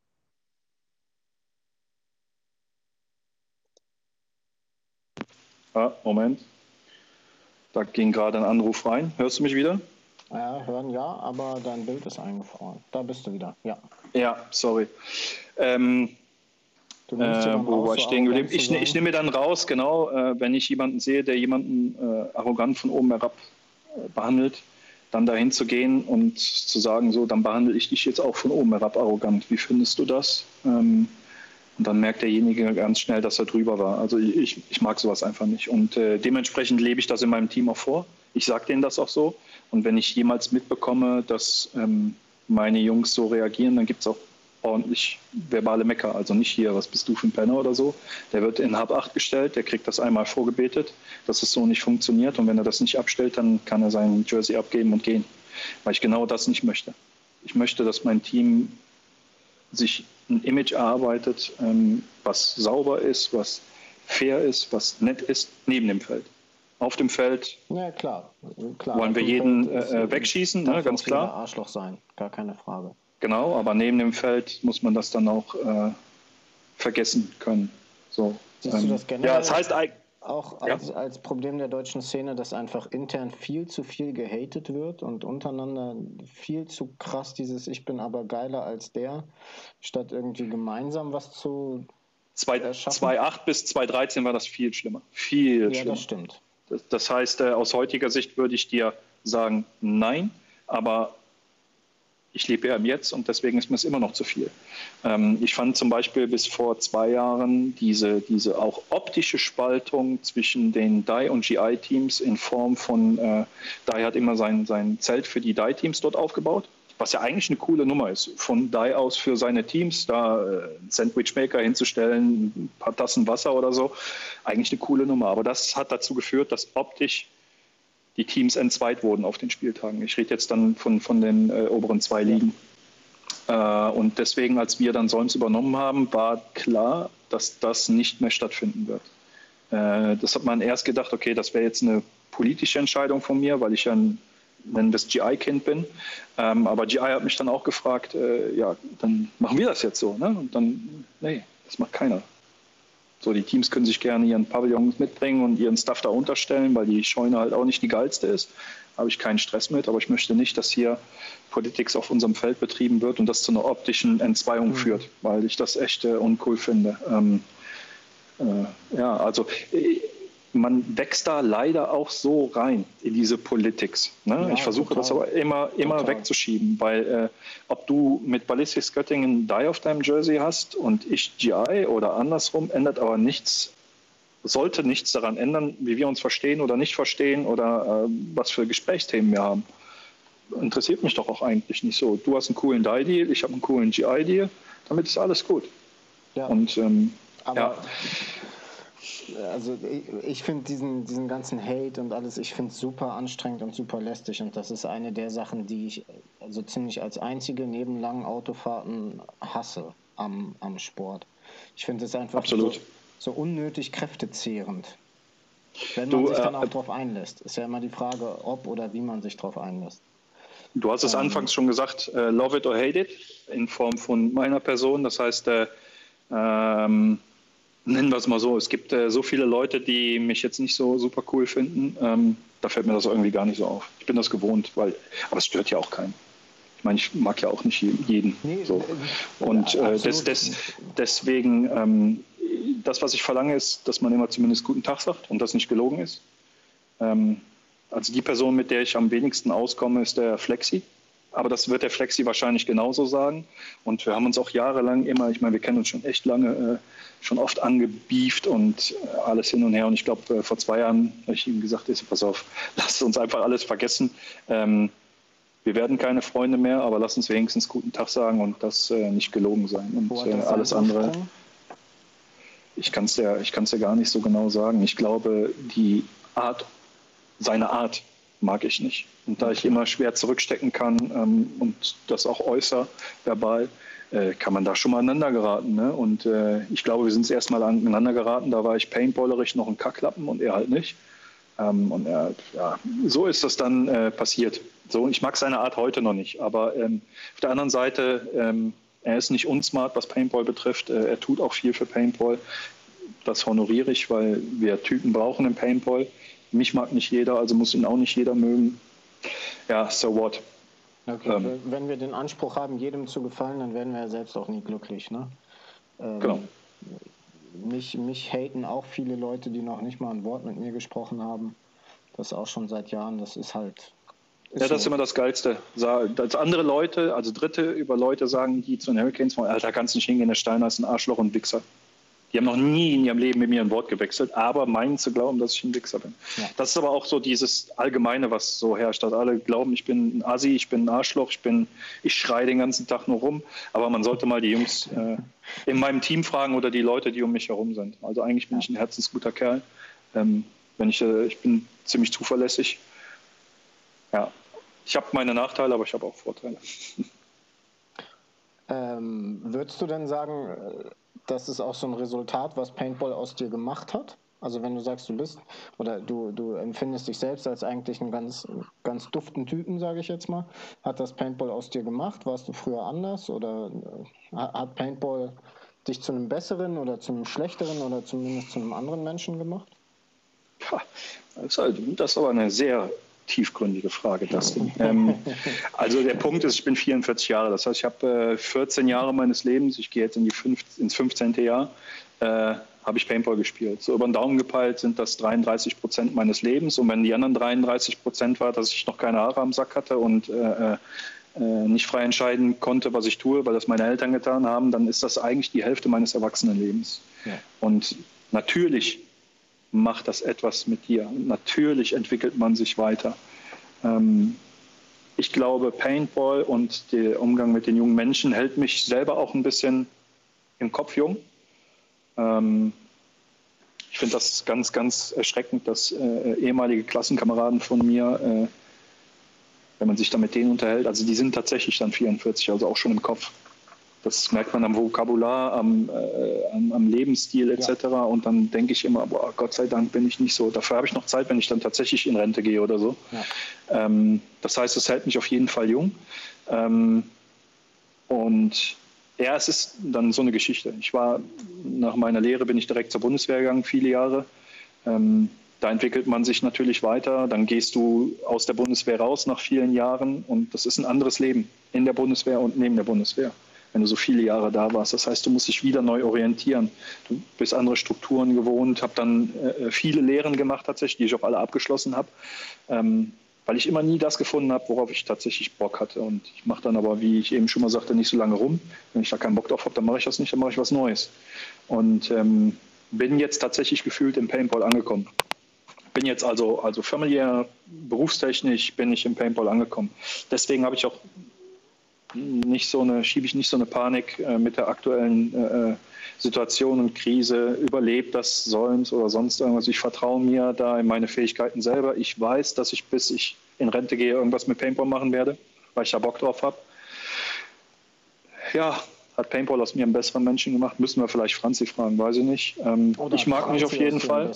Moment, da ging gerade ein Anruf rein. Hörst du mich wieder? Ja, hören ja, aber dein Bild ist eingefroren. Da bist du wieder, ja. Ja, sorry. Wo war ich stehen geblieben? Ich nehme mir dann raus, genau, wenn ich jemanden sehe, der jemanden arrogant von oben herab behandelt, dann dahin zu gehen und zu sagen, so, dann behandle ich dich jetzt auch von oben herab arrogant. Wie findest du das? Und dann merkt derjenige ganz schnell, dass er drüber war. Also ich mag sowas einfach nicht. Und dementsprechend lebe ich das in meinem Team auch vor. Ich sage denen das auch so. Und wenn ich jemals mitbekomme, dass meine Jungs so reagieren, dann gibt es auch ordentlich verbale Mecker. Also nicht hier, was bist du für ein Penner oder so. Der wird in Hab 8 gestellt, der kriegt das einmal vorgebetet, dass es so nicht funktioniert. Und wenn er das nicht abstellt, dann kann er sein Jersey abgeben und gehen. Weil ich genau das nicht möchte. Ich möchte, dass mein Team sich ein Image erarbeitet, was sauber ist, was fair ist, was nett ist, neben dem Feld. Auf dem Feld klar. wollen wir jeden wegschießen, ne, ganz klar. Arschloch sein, gar keine Frage. Genau, aber neben dem Feld muss man das dann auch vergessen können. So, siehst du das generell? Ja, das heißt auch als Problem der deutschen Szene, dass einfach intern viel zu viel gehatet wird und untereinander viel zu krass dieses Ich bin aber geiler als der, statt irgendwie gemeinsam was zu erschaffen. 2008 bis 2013 war das viel schlimmer. Viel schlimmer. Ja, das stimmt. Das heißt, aus heutiger Sicht würde ich dir sagen, nein, aber ich lebe ja im Jetzt und deswegen ist mir es immer noch zu viel. Ich fand zum Beispiel bis vor 2 Jahren diese auch optische Spaltung zwischen den DAI und GI-Teams in Form von, DAI hat immer sein Zelt für die DAI-Teams dort aufgebaut, was ja eigentlich eine coole Nummer ist, von DAI aus für seine Teams, da einen Sandwichmaker hinzustellen, ein paar Tassen Wasser oder so, eigentlich eine coole Nummer. Aber das hat dazu geführt, dass optisch die Teams entzweit wurden auf den Spieltagen. Ich rede jetzt dann von den oberen 2 Ligen. Und deswegen, als wir dann Solms übernommen haben, war klar, dass das nicht mehr stattfinden wird. Das hat man erst gedacht, okay, das wäre jetzt eine politische Entscheidung von mir, weil ich ja nennen wir es GI-Kind bin. Aber GI hat mich dann auch gefragt, ja, dann machen wir das jetzt so. Ne? Und dann, nee, das macht keiner. So, die Teams können sich gerne ihren Pavillons mitbringen und ihren Stuff da unterstellen, weil die Scheune halt auch nicht die geilste ist. Habe ich keinen Stress mit, aber ich möchte nicht, dass hier Politik auf unserem Feld betrieben wird und das zu einer optischen Entzweiung führt, weil ich das echt uncool finde. Ja, also man wächst da leider auch so rein in diese Politics. Ne? Ja, ich versuche das aber immer wegzuschieben, weil ob du mit Ballistics Göttingen DAI auf deinem Jersey hast und ich GI oder andersrum, ändert aber nichts, sollte nichts daran ändern, wie wir uns verstehen oder nicht verstehen oder was für Gesprächsthemen wir haben. Interessiert mich doch auch eigentlich nicht so. Du hast einen coolen DAI-Deal, ich habe einen coolen GI-Deal, damit ist alles gut. Ja. Und aber Also ich finde diesen ganzen Hate und alles, ich finde es super anstrengend und super lästig und das ist eine der Sachen, die ich so ziemlich als einzige neben langen Autofahrten hasse am Sport. Ich finde es einfach Absolut. so unnötig kräftezehrend, wenn man Du, sich dann auch drauf einlässt. Ist ja immer die Frage, ob oder wie man sich drauf einlässt. du hast es anfangs schon gesagt, love it or hate it, in Form von meiner Person. Das heißt, nennen wir es mal so, es gibt so viele Leute, die mich jetzt nicht so super cool finden. Da fällt mir das irgendwie gar nicht so auf. Ich bin das gewohnt, aber es stört ja auch keinen. Ich meine, ich mag ja auch nicht jeden. Nee, so. Und deswegen, das, was ich verlange, ist, dass man immer zumindest guten Tag sagt und das nicht gelogen ist. Also die Person, mit der ich am wenigsten auskomme, ist der Flexi. Aber das wird der Flexi wahrscheinlich genauso sagen. Und wir haben uns auch jahrelang immer, ich meine, wir kennen uns schon echt lange, schon oft angebieft und alles hin und her. Und ich glaube, vor 2 Jahren habe ich ihm gesagt, pass auf, lasst uns einfach alles vergessen. Wir werden keine Freunde mehr, aber lass uns wenigstens guten Tag sagen und das nicht gelogen sein. Und alles andere, ich kann es dir gar nicht so genau sagen. Ich glaube, seine Art mag ich nicht. Und da ich immer schwer zurückstecken kann und das auch äußere, verbal, kann man da schon mal aneinander geraten. Ne? Und ich glaube, wir sind es erstmal aneinander geraten. Da war ich paintballerisch noch ein Kacklappen und er halt nicht. So ist das dann passiert. So, ich mag seine Art heute noch nicht. Aber auf der anderen Seite, er ist nicht unsmart, was Paintball betrifft. Er tut auch viel für Paintball. Das honoriere ich, weil wir Typen brauchen im Paintball. Mich mag nicht jeder, also muss ihn auch nicht jeder mögen. Ja, so what? Okay, wenn wir den Anspruch haben, jedem zu gefallen, dann werden wir ja selbst auch nie glücklich. Ne? Genau. Mich haten auch viele Leute, die noch nicht mal ein Wort mit mir gesprochen haben. Das auch schon seit Jahren. Das ist halt. Das ist immer das Geilste. Als andere Leute, also Dritte über Leute sagen, die zu den Hurricanes wollen, Alter, kannst nicht hingehen, der Steiner ist ein Arschloch und ein Wichser. Die haben noch nie in ihrem Leben mit mir ein Wort gewechselt, aber meinen zu glauben, dass ich ein Wichser bin. Ja. Das ist aber auch so dieses Allgemeine, was so herrscht. Dass alle glauben, ich bin ein Assi, ich bin ein Arschloch, ich schreie den ganzen Tag nur rum. Aber man sollte mal die Jungs in meinem Team fragen oder die Leute, die um mich herum sind. Also eigentlich bin ich ein herzensguter Kerl. Ich bin ziemlich zuverlässig. Ja, ich habe meine Nachteile, aber ich habe auch Vorteile. Würdest du denn sagen, das ist auch so ein Resultat, was Paintball aus dir gemacht hat? Also wenn du sagst, du empfindest dich selbst als eigentlich einen ganz, ganz duften Typen, sage ich jetzt mal. Hat das Paintball aus dir gemacht? Warst du früher anders? Oder hat Paintball dich zu einem besseren oder zu einem schlechteren oder zumindest zu einem anderen Menschen gemacht? Ja, das ist aber eine sehr tiefgründige Frage, Dustin. Also der Punkt ist, ich bin 44 Jahre, das heißt, ich habe 14 Jahre meines Lebens, ich gehe jetzt ins 15. Jahr, habe ich Paintball gespielt. So über den Daumen gepeilt sind das 33% meines Lebens und wenn die anderen 33% war, dass ich noch keine Haare am Sack hatte und nicht frei entscheiden konnte, was ich tue, weil das meine Eltern getan haben, dann ist das eigentlich die Hälfte meines Erwachsenenlebens. Ja. Und natürlich macht das etwas mit dir. Natürlich entwickelt man sich weiter. Ich glaube, Paintball und der Umgang mit den jungen Menschen hält mich selber auch ein bisschen im Kopf jung. Ich finde das ganz, ganz erschreckend, dass ehemalige Klassenkameraden von mir, wenn man sich da mit denen unterhält, also die sind tatsächlich dann 44, also auch schon im Kopf. Das merkt man am Vokabular, am Lebensstil etc. Ja. Und dann denke ich immer, boah, Gott sei Dank bin ich nicht so. Dafür habe ich noch Zeit, wenn ich dann tatsächlich in Rente gehe oder so. Ja. Das heißt, es hält mich auf jeden Fall jung. Und ja, es ist dann so eine Geschichte. Nach meiner Lehre bin ich direkt zur Bundeswehr gegangen, viele Jahre. Da entwickelt man sich natürlich weiter. Dann gehst du aus der Bundeswehr raus nach vielen Jahren. Und das ist ein anderes Leben in der Bundeswehr und neben der Bundeswehr, wenn du so viele Jahre da warst. Das heißt, du musst dich wieder neu orientieren. Du bist andere Strukturen gewohnt, habe dann viele Lehren gemacht tatsächlich, die ich auch alle abgeschlossen habe, weil ich immer nie das gefunden habe, worauf ich tatsächlich Bock hatte. Und ich mache dann aber, wie ich eben schon mal sagte, nicht so lange rum. Wenn ich da keinen Bock drauf habe, dann mache ich das nicht, dann mache ich was Neues. Und bin jetzt tatsächlich gefühlt im Paintball angekommen. Bin jetzt also familiär, berufstechnisch bin ich im Paintball angekommen. Deswegen habe ich auch schiebe ich nicht so eine Panik mit der aktuellen Situation und Krise, überlebt das Solms oder sonst irgendwas. Ich vertraue mir da in meine Fähigkeiten selber. Ich weiß, dass ich, bis ich in Rente gehe, irgendwas mit Paintball machen werde, weil ich da Bock drauf habe. Ja, hat Paintball aus mir einen besseren Menschen gemacht? Müssen wir vielleicht Franzi fragen, weiß ich nicht. Ich mag mich auf jeden Fall.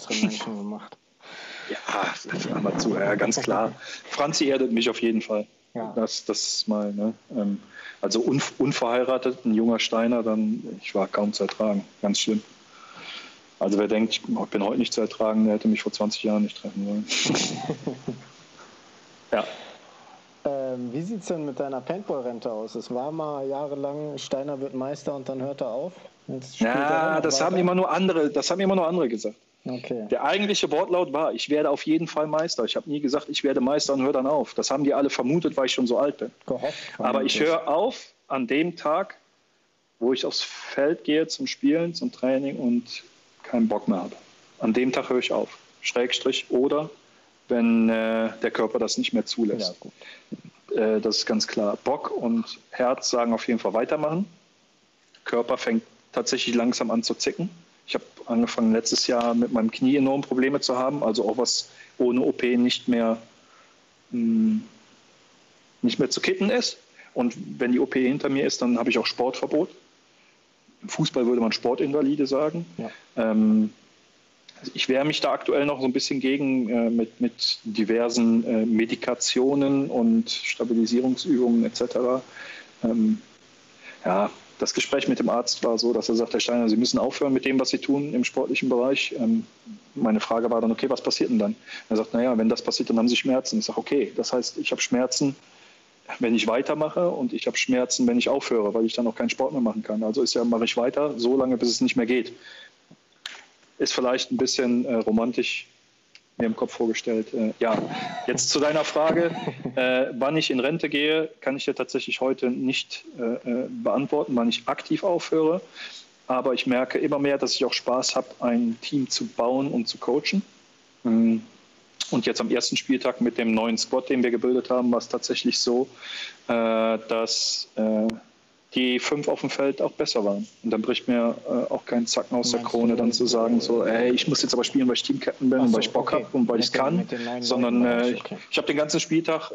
Ja, hör mal zu, ja, ganz klar. Franzi erdet mich auf jeden Fall. Ja. Das mal, ne? Also unverheiratet, ein junger Steiner, ich war kaum zu ertragen. Ganz schlimm. Also wer denkt, ich bin heute nicht zu ertragen, der hätte mich vor 20 Jahren nicht treffen sollen. Ja. Wie sieht es denn mit deiner Paintball-Rente aus? Es war mal jahrelang, Steiner wird Meister und dann hört er auf. Ja, das haben immer nur andere gesagt. Okay. Der eigentliche Wortlaut war, ich werde auf jeden Fall Meister. Ich habe nie gesagt, ich werde Meister und höre dann auf. Das haben die alle vermutet, weil ich schon so alt bin. Aber ich höre auf an dem Tag, wo ich aufs Feld gehe zum Spielen, zum Training und keinen Bock mehr habe. An dem Tag höre ich auf. Schrägstrich oder wenn der Körper das nicht mehr zulässt. Ja, das ist ganz klar. Bock und Herz sagen auf jeden Fall weitermachen. Körper fängt tatsächlich langsam an zu zicken. Ich habe angefangen letztes Jahr mit meinem Knie enorm Probleme zu haben, also auch was ohne OP nicht mehr zu kitten ist. Und wenn die OP hinter mir ist, dann habe ich auch Sportverbot. Im Fußball würde man Sportinvalide sagen. Ja. Ich wehre mich da aktuell noch so ein bisschen gegen mit diversen Medikationen und Stabilisierungsübungen etc. Ja, das Gespräch mit dem Arzt war so, dass er sagt, Herr Steiner, Sie müssen aufhören mit dem, was Sie tun im sportlichen Bereich. Meine Frage war dann, okay, was passiert denn dann? Er sagt, naja, wenn das passiert, dann haben Sie Schmerzen. Ich sage, okay, das heißt, ich habe Schmerzen, wenn ich weitermache und ich habe Schmerzen, wenn ich aufhöre, weil ich dann auch keinen Sport mehr machen kann. Also mache ich weiter, so lange, bis es nicht mehr geht. Ist vielleicht ein bisschen romantisch mir im Kopf vorgestellt. Ja, jetzt zu deiner Frage, wann ich in Rente gehe, kann ich dir tatsächlich heute nicht beantworten, wann ich aktiv aufhöre. Aber ich merke immer mehr, dass ich auch Spaß habe, ein Team zu bauen und zu coachen. Und jetzt am ersten Spieltag mit dem neuen Squad, den wir gebildet haben, war es tatsächlich so, dass die 5 auf dem Feld auch besser waren. Und dann bricht mir auch kein Zacken aus der Krone, dann zu sagen, so, ey, ich muss jetzt aber spielen, weil ich Teamcaptain bin und weil ich Bock habe und weil ich es kann, sondern ich habe den ganzen Spieltag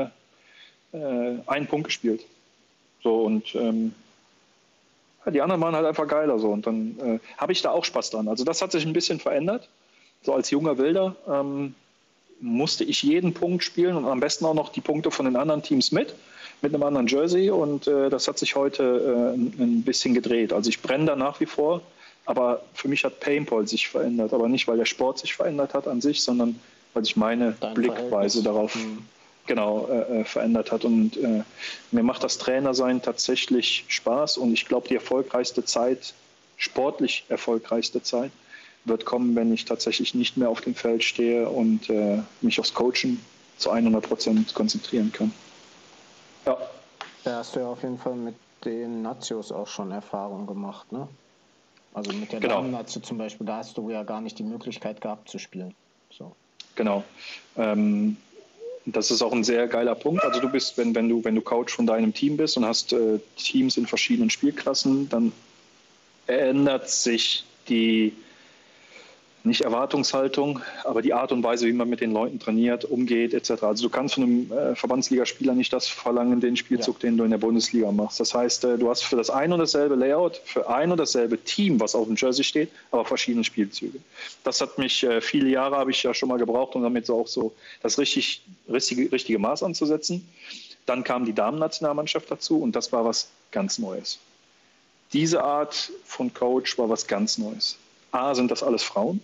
einen Punkt gespielt. So, und die anderen waren halt einfach geiler. So. Und dann habe ich da auch Spaß dran. Also das hat sich ein bisschen verändert. So als junger Wilder musste ich jeden Punkt spielen und am besten auch noch die Punkte von den anderen Teams mit einem anderen Jersey, und das hat sich heute ein bisschen gedreht. Also ich brenne da nach wie vor, aber für mich hat Paintball sich verändert, aber nicht, weil der Sport sich verändert hat an sich, sondern weil sich meine Blickweise darauf verändert hat. Und mir macht das Trainersein tatsächlich Spaß, und ich glaube, die erfolgreichste Zeit, sportlich erfolgreichste Zeit, wird kommen, wenn ich tatsächlich nicht mehr auf dem Feld stehe und mich aufs Coachen zu 100% konzentrieren kann. Ja. Da hast du ja auf jeden Fall mit den Nazios auch schon Erfahrung gemacht, ne? Also mit der Damen-Nazio zum Beispiel, da hast du ja gar nicht die Möglichkeit gehabt zu spielen. So. Genau. Das ist auch ein sehr geiler Punkt. Also du bist, wenn du Coach von deinem Team bist und hast Teams in verschiedenen Spielklassen, dann ändert sich die nicht Erwartungshaltung, aber die Art und Weise, wie man mit den Leuten trainiert, umgeht, etc. Also du kannst von einem Verbandsligaspieler nicht das verlangen, den Spielzug, den du in der Bundesliga machst. Das heißt, du hast für das ein und dasselbe Layout, für ein und dasselbe Team, was auf dem Jersey steht, aber verschiedene Spielzüge. Das hat mich, viele Jahre habe ich ja schon mal gebraucht, um damit auch so das richtige Maß anzusetzen. Dann kam die Damen-Nationalmannschaft dazu, und das war was ganz Neues. Diese Art von Coach war was ganz Neues. A, sind das alles Frauen.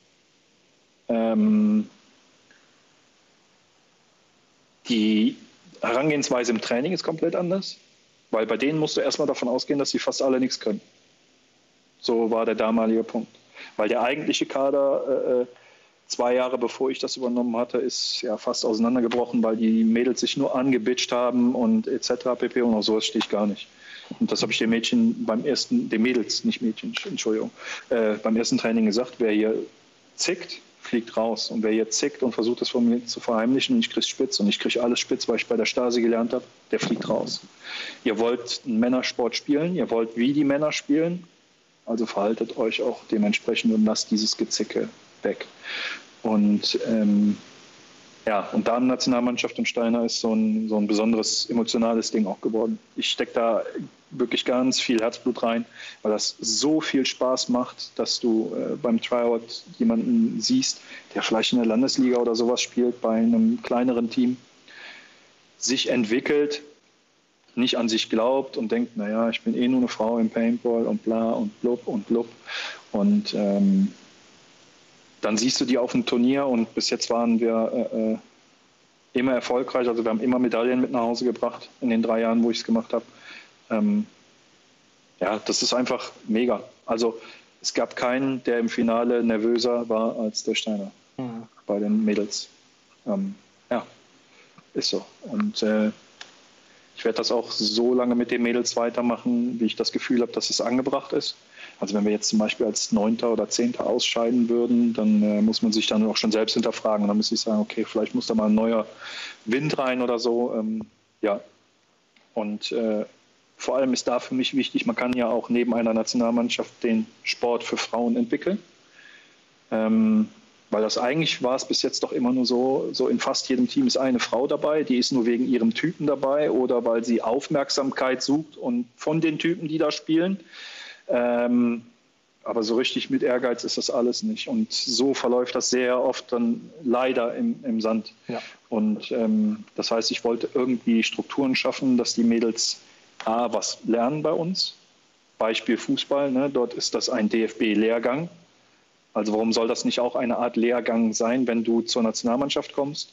Die Herangehensweise im Training ist komplett anders, weil bei denen musst du erstmal davon ausgehen, dass sie fast alle nichts können. So war der damalige Punkt. Weil der eigentliche Kader 2 Jahre bevor ich das übernommen hatte, ist ja fast auseinandergebrochen, weil die Mädels sich nur angebitscht haben und etc. pp. Und auf sowas stehe ich gar nicht. Und das habe ich den Mädels, nicht Mädchen, Entschuldigung, beim ersten Training gesagt, wer hier zickt, fliegt raus. Und wer jetzt zickt und versucht, das von mir zu verheimlichen, und ich kriege spitz und ich kriege alles spitz, weil ich bei der Stasi gelernt habe, der fliegt raus. Ihr wollt einen Männersport spielen, ihr wollt wie die Männer spielen, also verhaltet euch auch dementsprechend und lasst dieses Gezicke weg. Und ja, und Damen-Nationalmannschaft und Steiner ist so ein besonderes emotionales Ding auch geworden. Ich stecke da wirklich ganz viel Herzblut rein, weil das so viel Spaß macht, dass du beim Tryout jemanden siehst, der vielleicht in der Landesliga oder sowas spielt, bei einem kleineren Team, sich entwickelt, nicht an sich glaubt und denkt, naja, ich bin eh nur eine Frau im Paintball und bla und blub und blub. Und dann siehst du die auf dem Turnier und bis jetzt waren wir immer erfolgreich. Also wir haben immer Medaillen mit nach Hause gebracht in den 3 Jahren, wo ich es gemacht habe. Ja, das ist einfach mega. Also es gab keinen, der im Finale nervöser war als der Steiner bei den Mädels. Ja, ist so. Und ich werde das auch so lange mit den Mädels weitermachen, wie ich das Gefühl habe, dass es angebracht ist. Also wenn wir jetzt zum Beispiel als 9. oder 10. ausscheiden würden, dann muss man sich dann auch schon selbst hinterfragen. Und dann müsste ich sagen, okay, vielleicht muss da mal ein neuer Wind rein oder so. Ja. Und vor allem ist da für mich wichtig, man kann ja auch neben einer Nationalmannschaft den Sport für Frauen entwickeln. Weil das eigentlich war es bis jetzt doch immer nur so in fast jedem Team ist eine Frau dabei, die ist nur wegen ihrem Typen dabei oder weil sie Aufmerksamkeit sucht und von den Typen, die da spielen. Aber so richtig mit Ehrgeiz ist das alles nicht. Und so verläuft das sehr oft dann leider im Sand. Ja. Und das heißt, ich wollte irgendwie Strukturen schaffen, dass die Mädels was lernen bei uns. Beispiel Fußball, ne? Dort ist das ein DFB-Lehrgang. Also warum soll das nicht auch eine Art Lehrgang sein, wenn du zur Nationalmannschaft kommst?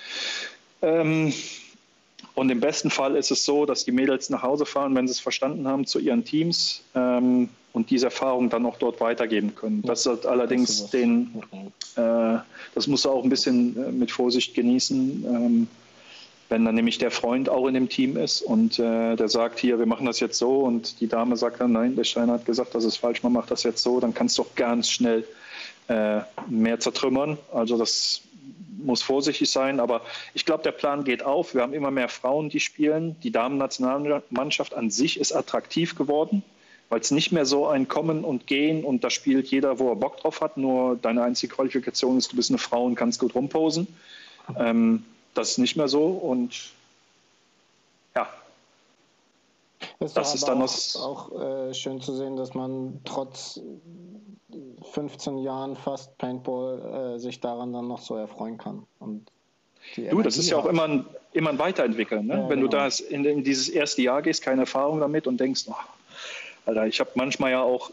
Und im besten Fall ist es so, dass die Mädels nach Hause fahren, wenn sie es verstanden haben, zu ihren Teams und diese Erfahrung dann auch dort weitergeben können. Das ist allerdings das musst du auch ein bisschen mit Vorsicht genießen, wenn dann nämlich der Freund auch in dem Team ist und der sagt, hier, wir machen das jetzt so und die Dame sagt dann, nein, der Steiner hat gesagt, das ist falsch, man macht das jetzt so, dann kannst du auch ganz schnell mehr zertrümmern. Also das muss vorsichtig sein, aber ich glaube, der Plan geht auf. Wir haben immer mehr Frauen, die spielen. Die Damen-Nationalmannschaft an sich ist attraktiv geworden, weil es nicht mehr so ein Kommen und Gehen und da spielt jeder, wo er Bock drauf hat. Nur deine einzige Qualifikation ist, du bist eine Frau und kannst gut rumposen. Das ist nicht mehr so und ja. Das ist dann auch schön zu sehen, dass man trotz 15 Jahren fast Paintball sich daran dann noch so erfreuen kann. Und das ist ja auch immer ein Weiterentwickeln. Ne? Ja, wenn du da in dieses erste Jahr gehst, keine Erfahrung damit und denkst, oh, Alter, ich habe manchmal ja auch,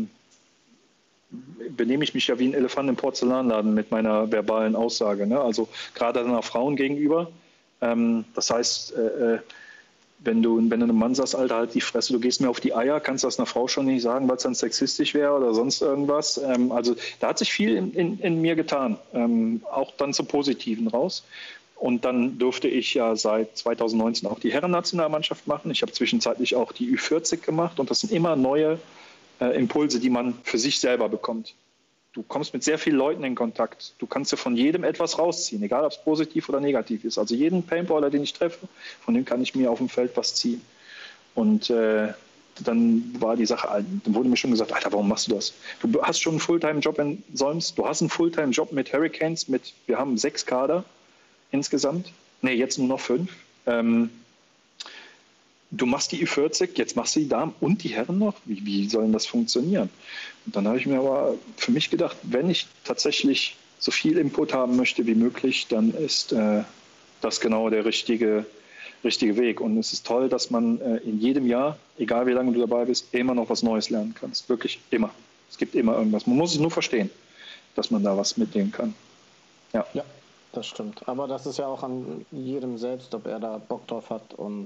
benehme ich mich ja wie ein Elefant im Porzellanladen mit meiner verbalen Aussage. Ne? Also gerade dann auch Frauen gegenüber. Das heißt, wenn du einem Mann sagst, Alter, halt die Fresse, du gehst mir auf die Eier, kannst du das einer Frau schon nicht sagen, weil es dann sexistisch wäre oder sonst irgendwas. Also da hat sich viel in mir getan, auch dann zum Positiven raus. Und dann durfte ich ja seit 2019 auch die Herrennationalmannschaft machen. Ich habe zwischenzeitlich auch die Ü40 gemacht und das sind immer neue Impulse, die man für sich selber bekommt. Du kommst mit sehr vielen Leuten in Kontakt. Du kannst dir von jedem etwas rausziehen, egal ob es positiv oder negativ ist. Also jeden Paintballer, den ich treffe, von dem kann ich mir auf dem Feld was ziehen. Und dann war die Sache, dann wurde mir schon gesagt, Alter, warum machst du das? Du hast schon einen Fulltime-Job in Solms, du hast einen Fulltime-Job mit Hurricanes, wir haben 6 Kader insgesamt. Ne, jetzt nur noch 5. Du machst die Ü40, jetzt machst du die Damen und die Herren noch? Wie soll denn das funktionieren? Und dann habe ich mir aber für mich gedacht, wenn ich tatsächlich so viel Input haben möchte wie möglich, dann ist das genau der richtige Weg. Und es ist toll, dass man in jedem Jahr, egal wie lange du dabei bist, immer noch was Neues lernen kannst. Wirklich immer. Es gibt immer irgendwas. Man muss es nur verstehen, dass man da was mitnehmen kann. Ja, das stimmt. Aber das ist ja auch an jedem selbst, ob er da Bock drauf hat und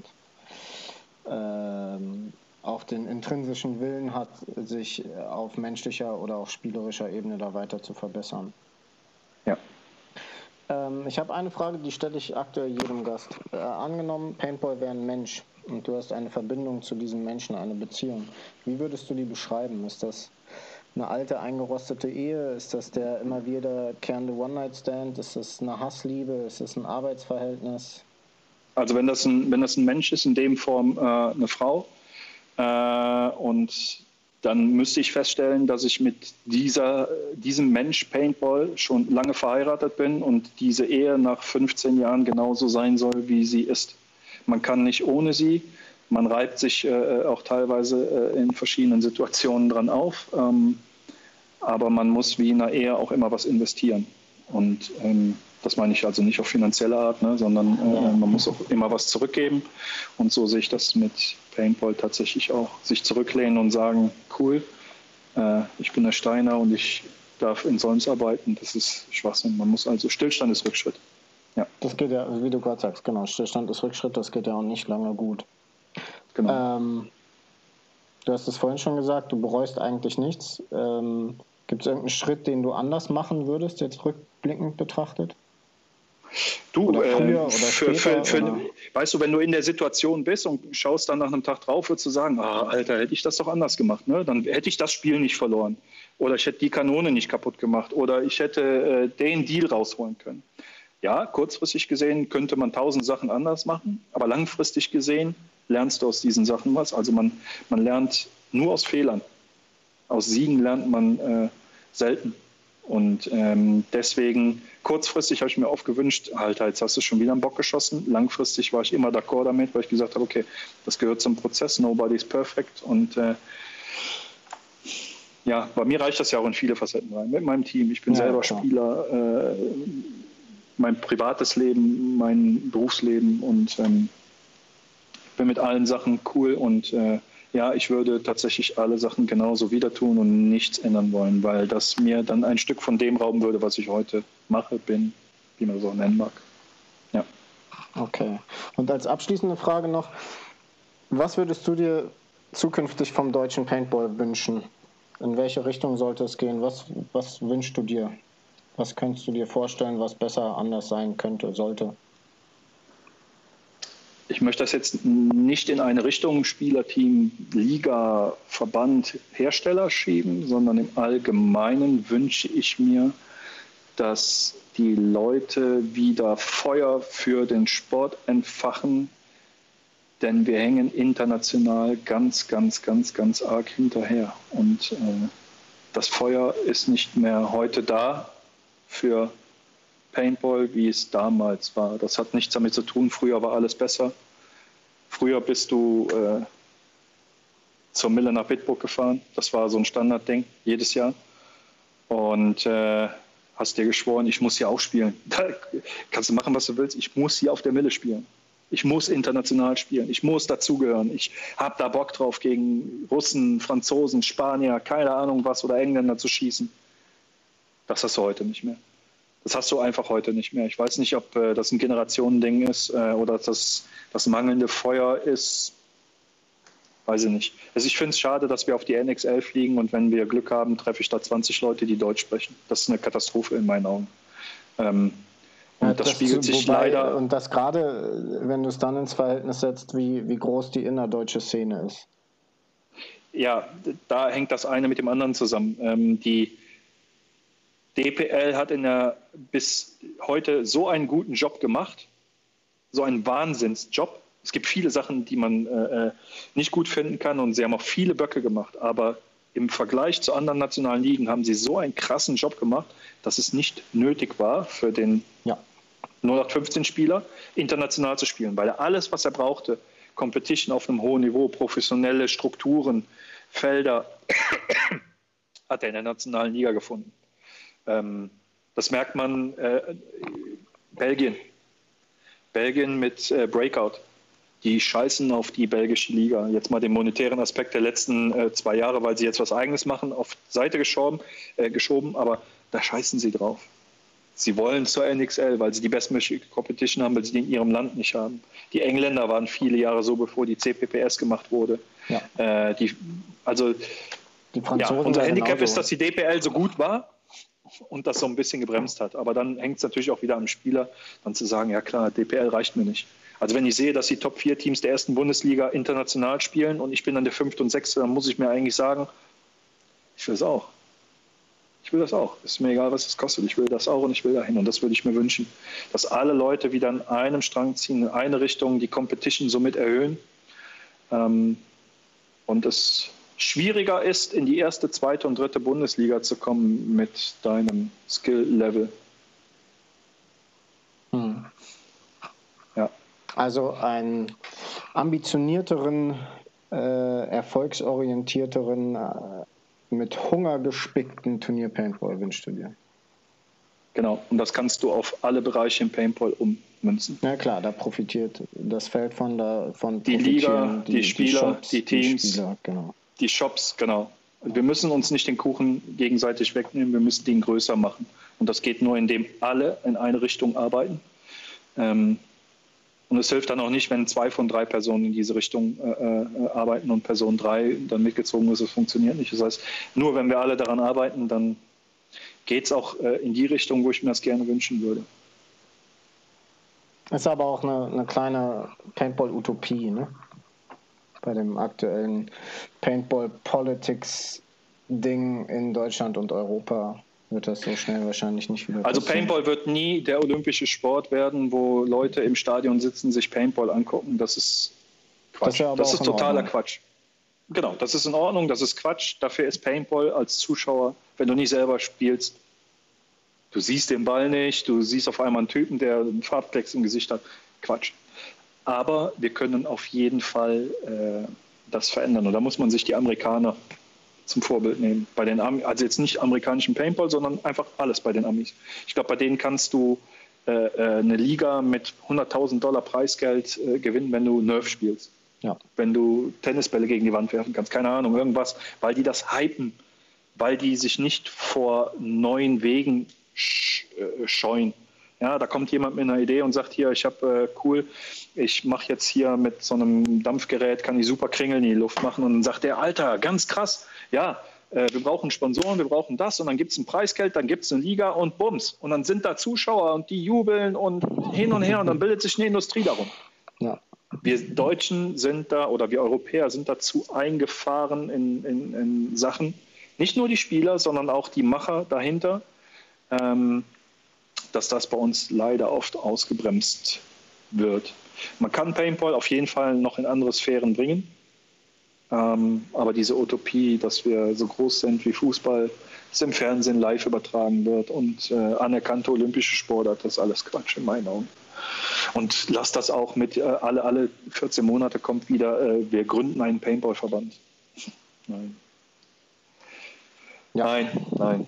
auch den intrinsischen Willen hat, sich auf menschlicher oder auch spielerischer Ebene da weiter zu verbessern. Ja. Ich habe eine Frage, die stelle ich aktuell jedem Gast. Angenommen, Paintball wäre ein Mensch und du hast eine Verbindung zu diesem Menschen, eine Beziehung. Wie würdest du die beschreiben? Ist das eine alte, eingerostete Ehe? Ist das der immer wiederkehrende One-Night-Stand? Ist das eine Hassliebe? Ist das ein Arbeitsverhältnis? Also wenn das ein Mensch ist, in dem Form eine Frau, und dann müsste ich feststellen, dass ich mit diesem Mensch Paintball schon lange verheiratet bin und diese Ehe nach 15 Jahren genauso sein soll, wie sie ist. Man kann nicht ohne sie. Man reibt sich auch teilweise in verschiedenen Situationen dran auf. Aber man muss wie in einer Ehe auch immer was investieren. Und das meine ich also nicht auf finanzielle Art, ne, sondern man muss auch immer was zurückgeben. Und so sehe ich das mit Paintball tatsächlich auch. Sich zurücklehnen und sagen, cool, ich bin der Steiner und ich darf in Solms arbeiten. Das ist Schwachsinn. Man muss also, Stillstand ist Rückschritt. Ja. Das geht ja, wie du gerade sagst, genau, Stillstand ist Rückschritt, das geht ja auch nicht lange gut. Genau. Du hast es vorhin schon gesagt, du bereust eigentlich nichts. Gibt es irgendeinen Schritt, den du anders machen würdest, jetzt rückblickend betrachtet? Du, oder früher oder später, weißt du, wenn du in der Situation bist und schaust dann nach einem Tag drauf, würdest du sagen, Alter, hätte ich das doch anders gemacht, ne? Dann hätte ich das Spiel nicht verloren. Oder ich hätte die Kanone nicht kaputt gemacht. Oder ich hätte den Deal rausholen können. Ja, kurzfristig gesehen könnte man 1000 Sachen anders machen, aber langfristig gesehen lernst du aus diesen Sachen was. Also man lernt nur aus Fehlern. Aus Siegen lernt man selten. Und deswegen, kurzfristig habe ich mir oft gewünscht, Alter, jetzt hast du schon wieder einen Bock geschossen. Langfristig war ich immer d'accord damit, weil ich gesagt habe, okay, das gehört zum Prozess, nobody's perfect. Und ja, bei mir reicht das ja auch in viele Facetten rein. Mit meinem Team, ich bin selber Spieler, mein privates Leben, mein Berufsleben und bin mit allen Sachen cool und ja, ich würde tatsächlich alle Sachen genauso wieder tun und nichts ändern wollen, weil das mir dann ein Stück von dem rauben würde, was ich heute mache, bin, wie man so nennen mag. Ja. Okay. Und als abschließende Frage noch, was würdest du dir zukünftig vom deutschen Paintball wünschen? In welche Richtung sollte es gehen? Was wünschst du dir? Was könntest du dir vorstellen, was besser anders sein könnte, sollte? Ich möchte das jetzt nicht in eine Richtung Spielerteam, Liga, Verband, Hersteller schieben, sondern im Allgemeinen wünsche ich mir, dass die Leute wieder Feuer für den Sport entfachen, denn wir hängen international ganz, ganz, ganz, ganz arg hinterher. Und das Feuer ist nicht mehr heute da für Paintball, wie es damals war. Das hat nichts damit zu tun, früher war alles besser. Früher bist du zur Mille nach Bitburg gefahren, das war so ein Standardding, jedes Jahr. Und hast dir geschworen, ich muss hier auch spielen. Da kannst du machen, was du willst, ich muss hier auf der Mille spielen. Ich muss international spielen, ich muss dazugehören. Ich habe da Bock drauf, gegen Russen, Franzosen, Spanier, keine Ahnung was, oder Engländer zu schießen. Das hast du heute nicht mehr. Das hast du einfach heute nicht mehr. Ich weiß nicht, ob das ein Generationending ist oder das mangelnde Feuer ist. Weiß ich nicht. Also ich finde es schade, dass wir auf die NXL fliegen und wenn wir Glück haben, treffe ich da 20 Leute, die Deutsch sprechen. Das ist eine Katastrophe in meinen Augen. Und das spiegelt sich leider... Und das gerade, wenn du es dann ins Verhältnis setzt, wie groß die innerdeutsche Szene ist. Ja, da hängt das eine mit dem anderen zusammen. Die DPL hat bis heute so einen guten Job gemacht, so einen Wahnsinnsjob. Es gibt viele Sachen, die man nicht gut finden kann und sie haben auch viele Böcke gemacht, aber im Vergleich zu anderen nationalen Ligen haben sie so einen krassen Job gemacht, dass es nicht nötig war für den 0815-Spieler international zu spielen, weil er alles, was er brauchte, Competition auf einem hohen Niveau, professionelle Strukturen, Felder, hat er in der nationalen Liga gefunden. Das merkt man Belgien mit Breakout. Die scheißen auf die belgische Liga. Jetzt mal den monetären Aspekt der letzten 2 Jahre, weil sie jetzt was Eigenes machen, auf Seite geschoben, aber da scheißen sie drauf. Sie wollen zur NXL, weil sie die bestmögliche Competition haben, weil sie die in ihrem Land nicht haben. Die Engländer waren viele Jahre so, bevor die CPPS gemacht wurde. Ja. Die Franzosen unser Handicap ist, dass die DPL so gut war und das so ein bisschen gebremst hat. Aber dann hängt es natürlich auch wieder am Spieler, dann zu sagen, ja klar, DPL reicht mir nicht. Also wenn ich sehe, dass die Top-4-Teams der ersten Bundesliga international spielen und ich bin dann der 5. und 6., dann muss ich mir eigentlich sagen, ich will es auch. Ich will das auch. Ist mir egal, was es kostet. Ich will das auch und ich will dahin. Und das würde ich mir wünschen, dass alle Leute wieder an einem Strang ziehen, in eine Richtung, die Competition somit erhöhen. Und es schwieriger ist, in die erste, zweite und dritte Bundesliga zu kommen mit deinem Skill-Level. Ja. Also einen ambitionierteren, erfolgsorientierteren, mit Hunger gespickten Turnier-Paintball wünschst du dir? Genau, und das kannst du auf alle Bereiche im Paintball ummünzen. Ja klar, da profitiert das Feld von die Liga, die Spieler, Shops, die Teams, die Spieler, genau. Die Shops, genau. Wir müssen uns nicht den Kuchen gegenseitig wegnehmen, wir müssen den größer machen. Und das geht nur, indem alle in eine Richtung arbeiten. Und es hilft dann auch nicht, wenn 2 von 3 Personen in diese Richtung arbeiten und Person 3 dann mitgezogen ist. Es funktioniert nicht. Das heißt, nur wenn wir alle daran arbeiten, dann geht es auch in die Richtung, wo ich mir das gerne wünschen würde. Ist aber auch eine kleine Paintball-Utopie, ne? Bei dem aktuellen Paintball-Politics-Ding in Deutschland und Europa wird das so schnell wahrscheinlich nicht wieder passieren. Also Paintball wird nie der olympische Sport werden, wo Leute im Stadion sitzen, sich Paintball angucken. Das ist Quatsch. Das ist totaler Quatsch. Genau, das ist in Ordnung, das ist Quatsch. Dafür ist Paintball als Zuschauer, wenn du nicht selber spielst, du siehst den Ball nicht, du siehst auf einmal einen Typen, der einen Farbklecks im Gesicht hat. Quatsch. Aber wir können auf jeden Fall das verändern. Und da muss man sich die Amerikaner zum Vorbild nehmen. Bei den also jetzt nicht amerikanischen Paintball, sondern einfach alles bei den Amis. Ich glaube, bei denen kannst du eine Liga mit $100.000 Preisgeld gewinnen, wenn du Nerf spielst. Ja. Wenn du Tennisbälle gegen die Wand werfen kannst. Keine Ahnung, irgendwas. Weil die das hypen. Weil die sich nicht vor neuen Wegen scheuen. Ja, da kommt jemand mit einer Idee und sagt, hier, ich habe ich mache jetzt hier mit so einem Dampfgerät, kann ich super Kringel in die Luft machen. Und dann sagt der, Alter, ganz krass, ja, wir brauchen Sponsoren, wir brauchen das und dann gibt es ein Preisgeld, dann gibt es eine Liga und bums. Und dann sind da Zuschauer und die jubeln und hin und her und dann bildet sich eine Industrie darum. Ja. Wir Deutschen sind da oder wir Europäer sind dazu eingefahren in Sachen, nicht nur die Spieler, sondern auch die Macher dahinter, dass das bei uns leider oft ausgebremst wird. Man kann Paintball auf jeden Fall noch in andere Sphären bringen, aber diese Utopie, dass wir so groß sind wie Fußball, das im Fernsehen live übertragen wird und anerkannte olympische Sportart, das ist alles Quatsch in meinen Augen. Und lass das auch mit alle 14 Monate kommt wieder, wir gründen einen Paintball-Verband. Nein. Ja. Nein.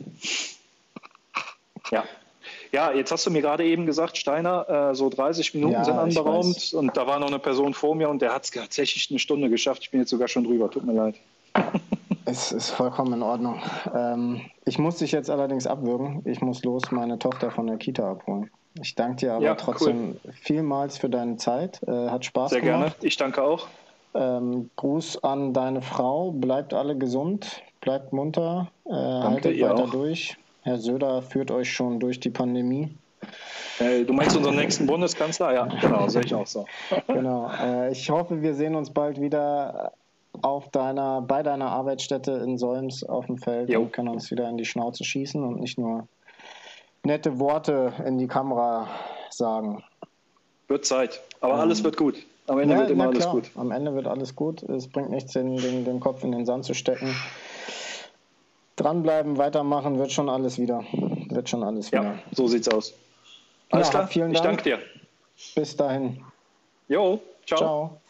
Ja, jetzt hast du mir gerade eben gesagt, Steiner, so 30 Minuten sind anberaumt und da war noch eine Person vor mir und der hat es tatsächlich eine Stunde geschafft. Ich bin jetzt sogar schon drüber, tut mir leid. Es ist vollkommen in Ordnung. Ich muss dich jetzt allerdings abwürgen. Ich muss los meine Tochter von der Kita abholen. Ich danke dir aber trotzdem vielmals für deine Zeit. Hat Spaß gemacht. Sehr gerne, ich danke auch. Gruß an deine Frau. Bleibt alle gesund, bleibt munter, haltet weiter auch durch. Herr Söder führt euch schon durch die Pandemie. Du meinst unseren nächsten Bundeskanzler? Ja, genau, sehe ich auch so. Genau. Ich hoffe, wir sehen uns bald wieder bei deiner Arbeitsstätte in Solms auf dem Feld und können uns wieder in die Schnauze schießen und nicht nur nette Worte in die Kamera sagen. Wird Zeit, aber alles wird gut. Am Ende wird immer alles gut. Am Ende wird alles gut. Es bringt nichts, den Kopf in den Sand zu stecken. Dranbleiben, weitermachen, wird schon alles wieder. Ja, so sieht's aus. Alles klar, vielen Dank. Ich danke dir. Bis dahin. Jo, ciao. Ciao.